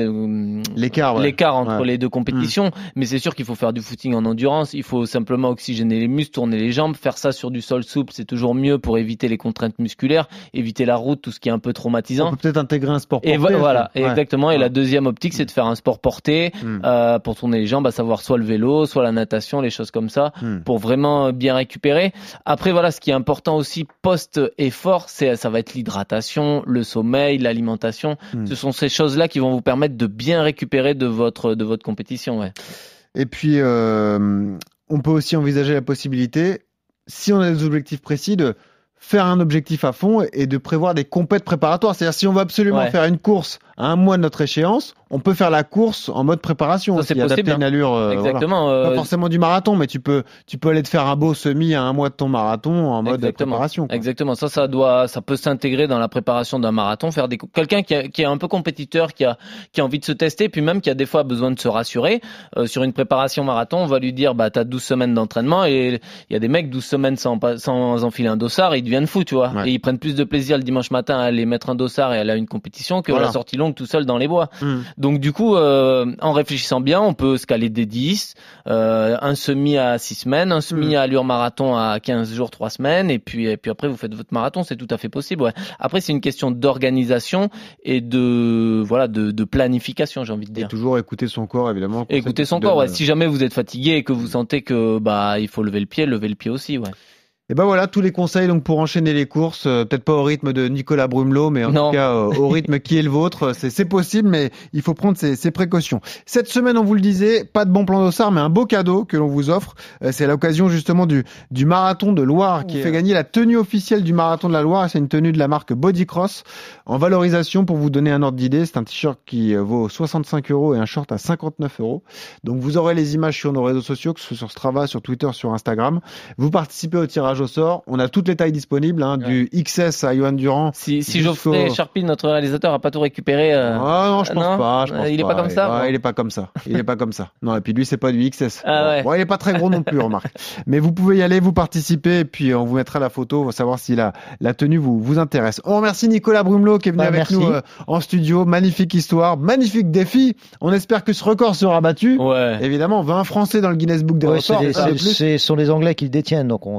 l'écart ouais. l'écart entre ouais. les deux compétitions, mmh. mais c'est sûr qu'il faut faire du footing en endurance, il faut simplement oxygéner les muscles, tourner les jambes, faire ça sur du sol souple, c'est toujours mieux pour éviter les contraintes musculaires, éviter la route, tout ce qui est un peu traumatisant. On peut peut-être intégrer un sport porté. Et voilà, ouais. exactement. Et ouais. la deuxième optique, c'est de faire un sport porté mmh. euh, pour tourner les jambes, à savoir soit le vélo, soit la natation, les choses comme ça, mmh. pour vraiment bien récupérer. Après voilà, ce qui est important aussi post-effort, c'est ça va être l'hydratation, le sommeil, l'alimentation. Mmh. Ce sont ces choses-là qui vont vous permettre de bien récupérer de votre de votre compétition, ouais. Et puis euh, on peut aussi envisager la possibilité, si on a des objectifs précis, de faire un objectif à fond et de prévoir des compètes préparatoires. C'est-à-dire si on veut absolument ouais. faire une course à un mois de notre échéance, on peut faire la course en mode préparation. Ça, aussi, c'est possible, adapter une allure. Euh, Exactement. Voilà. Euh... Pas forcément du marathon, mais tu peux tu peux aller te faire un beau semi à un mois de ton marathon en mode Exactement. préparation. Quoi. Exactement. Ça, ça doit, ça peut s'intégrer dans la préparation d'un marathon. Faire des quelqu'un qui, a, qui est un peu compétiteur, qui a qui a envie de se tester, puis même qui a des fois besoin de se rassurer euh, sur une préparation marathon. On va lui dire bah t'as douze semaines d'entraînement et il y a des mecs douze semaines sans sans enfiler un dossard, ils deviennent fous, tu vois. Ouais. Et ils prennent plus de plaisir le dimanche matin à aller mettre un dossard et aller à une compétition que voilà. la sortie longue tout seul dans les bois. Mmh. Donc du coup, euh, en réfléchissant bien, on peut se caler des dix, euh, un semi à six semaines, un semi mmh. à allure marathon à quinze jours, trois semaines, et puis et puis après vous faites votre marathon, c'est tout à fait possible. Ouais. Après c'est une question d'organisation et de voilà de, de planification, j'ai envie de dire. Et toujours écouter son corps évidemment. Écouter son corps. Ouais. Si jamais vous êtes fatigué et que vous sentez que bah il faut lever le pied, lever le pied aussi. Ouais. Et ben voilà tous les conseils donc pour enchaîner les courses, euh, peut-être pas au rythme de Nicolas Brumelot, mais en non. tout cas euh, au rythme qui est le vôtre. C'est, c'est possible, mais il faut prendre ses, ses précautions. Cette semaine, on vous le disait, pas de bon plan d'ossard, mais un beau cadeau que l'on vous offre. Euh, c'est à l'occasion justement du du marathon de Loire qui okay. fait gagner la tenue officielle du marathon de la Loire. Et c'est une tenue de la marque Bodycross en valorisation pour vous donner un ordre d'idée. C'est un t-shirt qui vaut soixante-cinq euros et un short à cinquante-neuf euros. Donc vous aurez les images sur nos réseaux sociaux, que ce soit sur Strava, sur Twitter, sur Instagram. Vous participez au tirage au sort. On a toutes les tailles disponibles, hein, ouais. du X S à Johan Durand. Si, si Geoffrey Charpie, notre réalisateur, a pas tout récupéré. Euh... Ah non, je pense non pas. Je pense il est pas, pas comme ça. Ouais, bon. Il est pas comme ça. Il est pas comme ça. Non, et puis lui, c'est pas du X S. Ah ouais. Bon, il est pas très gros non plus, remarque. Mais vous pouvez y aller, vous participer, et puis on vous mettra la photo, on va savoir si la, la tenue vous, vous intéresse. On remercie Nicolas Brumelot qui est venu bah, avec merci. nous euh, en studio. Magnifique histoire, magnifique défi. On espère que ce record sera battu. Ouais. Évidemment, vingt Français dans le Guinness Book des ouais, records. C'est, c'est, c'est, ce sont les Anglais qui le détiennent, donc on se oh,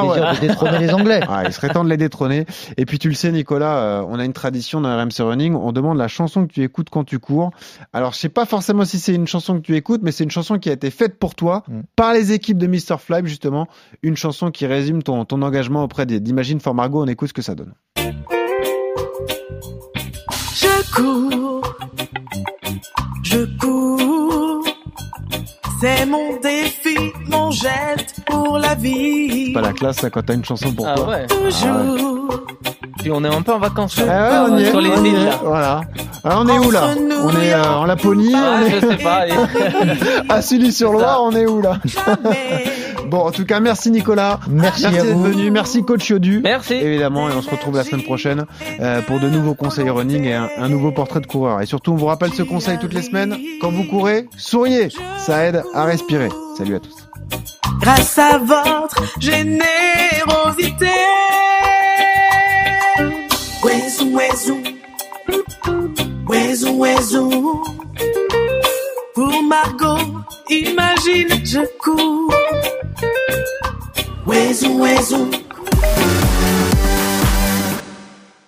Ah, plaisir ouais. de détrôner les Anglais. Ah, il serait temps de les détrôner. Et puis tu le sais, Nicolas, euh, on a une tradition dans R M C Running. On demande la chanson que tu écoutes quand tu cours. Alors, je sais pas forcément si c'est une chanson que tu écoutes, mais c'est une chanson qui a été faite pour toi mm. par les équipes de mister Fly, justement. Une chanson qui résume ton, ton engagement auprès d'Imagine for Margot. On écoute ce que ça donne. Je cours, je cours, c'est mon défi, mon geste pour la vie. C'est pas la classe, ça, quand t'as une chanson pour ah toi. Ouais. Toujours. Ah ouais. Puis on est un peu en vacances. Ah ouais, on y est, sur les on y îles, est, là. Voilà. Alors, on est où là? On est euh, en Laponie. Ah, on est... je sais pas. à Sully-sur-Loire, on est où là? Bon, en tout cas, merci Nicolas. Merci, merci à d'être vous. venu. Merci coach Yodu. Merci. Évidemment, et on se retrouve la semaine prochaine euh, pour de nouveaux conseils running et un, un nouveau portrait de coureur. Et surtout, on vous rappelle ce conseil toutes les semaines. Quand vous courez, souriez. Ça aide à respirer. Salut à tous. Grâce à votre générosité. Ouezou, ouezou. Ouezou, ouezou. Pour Margot, imagine, je cours. Ouezou, ouezou.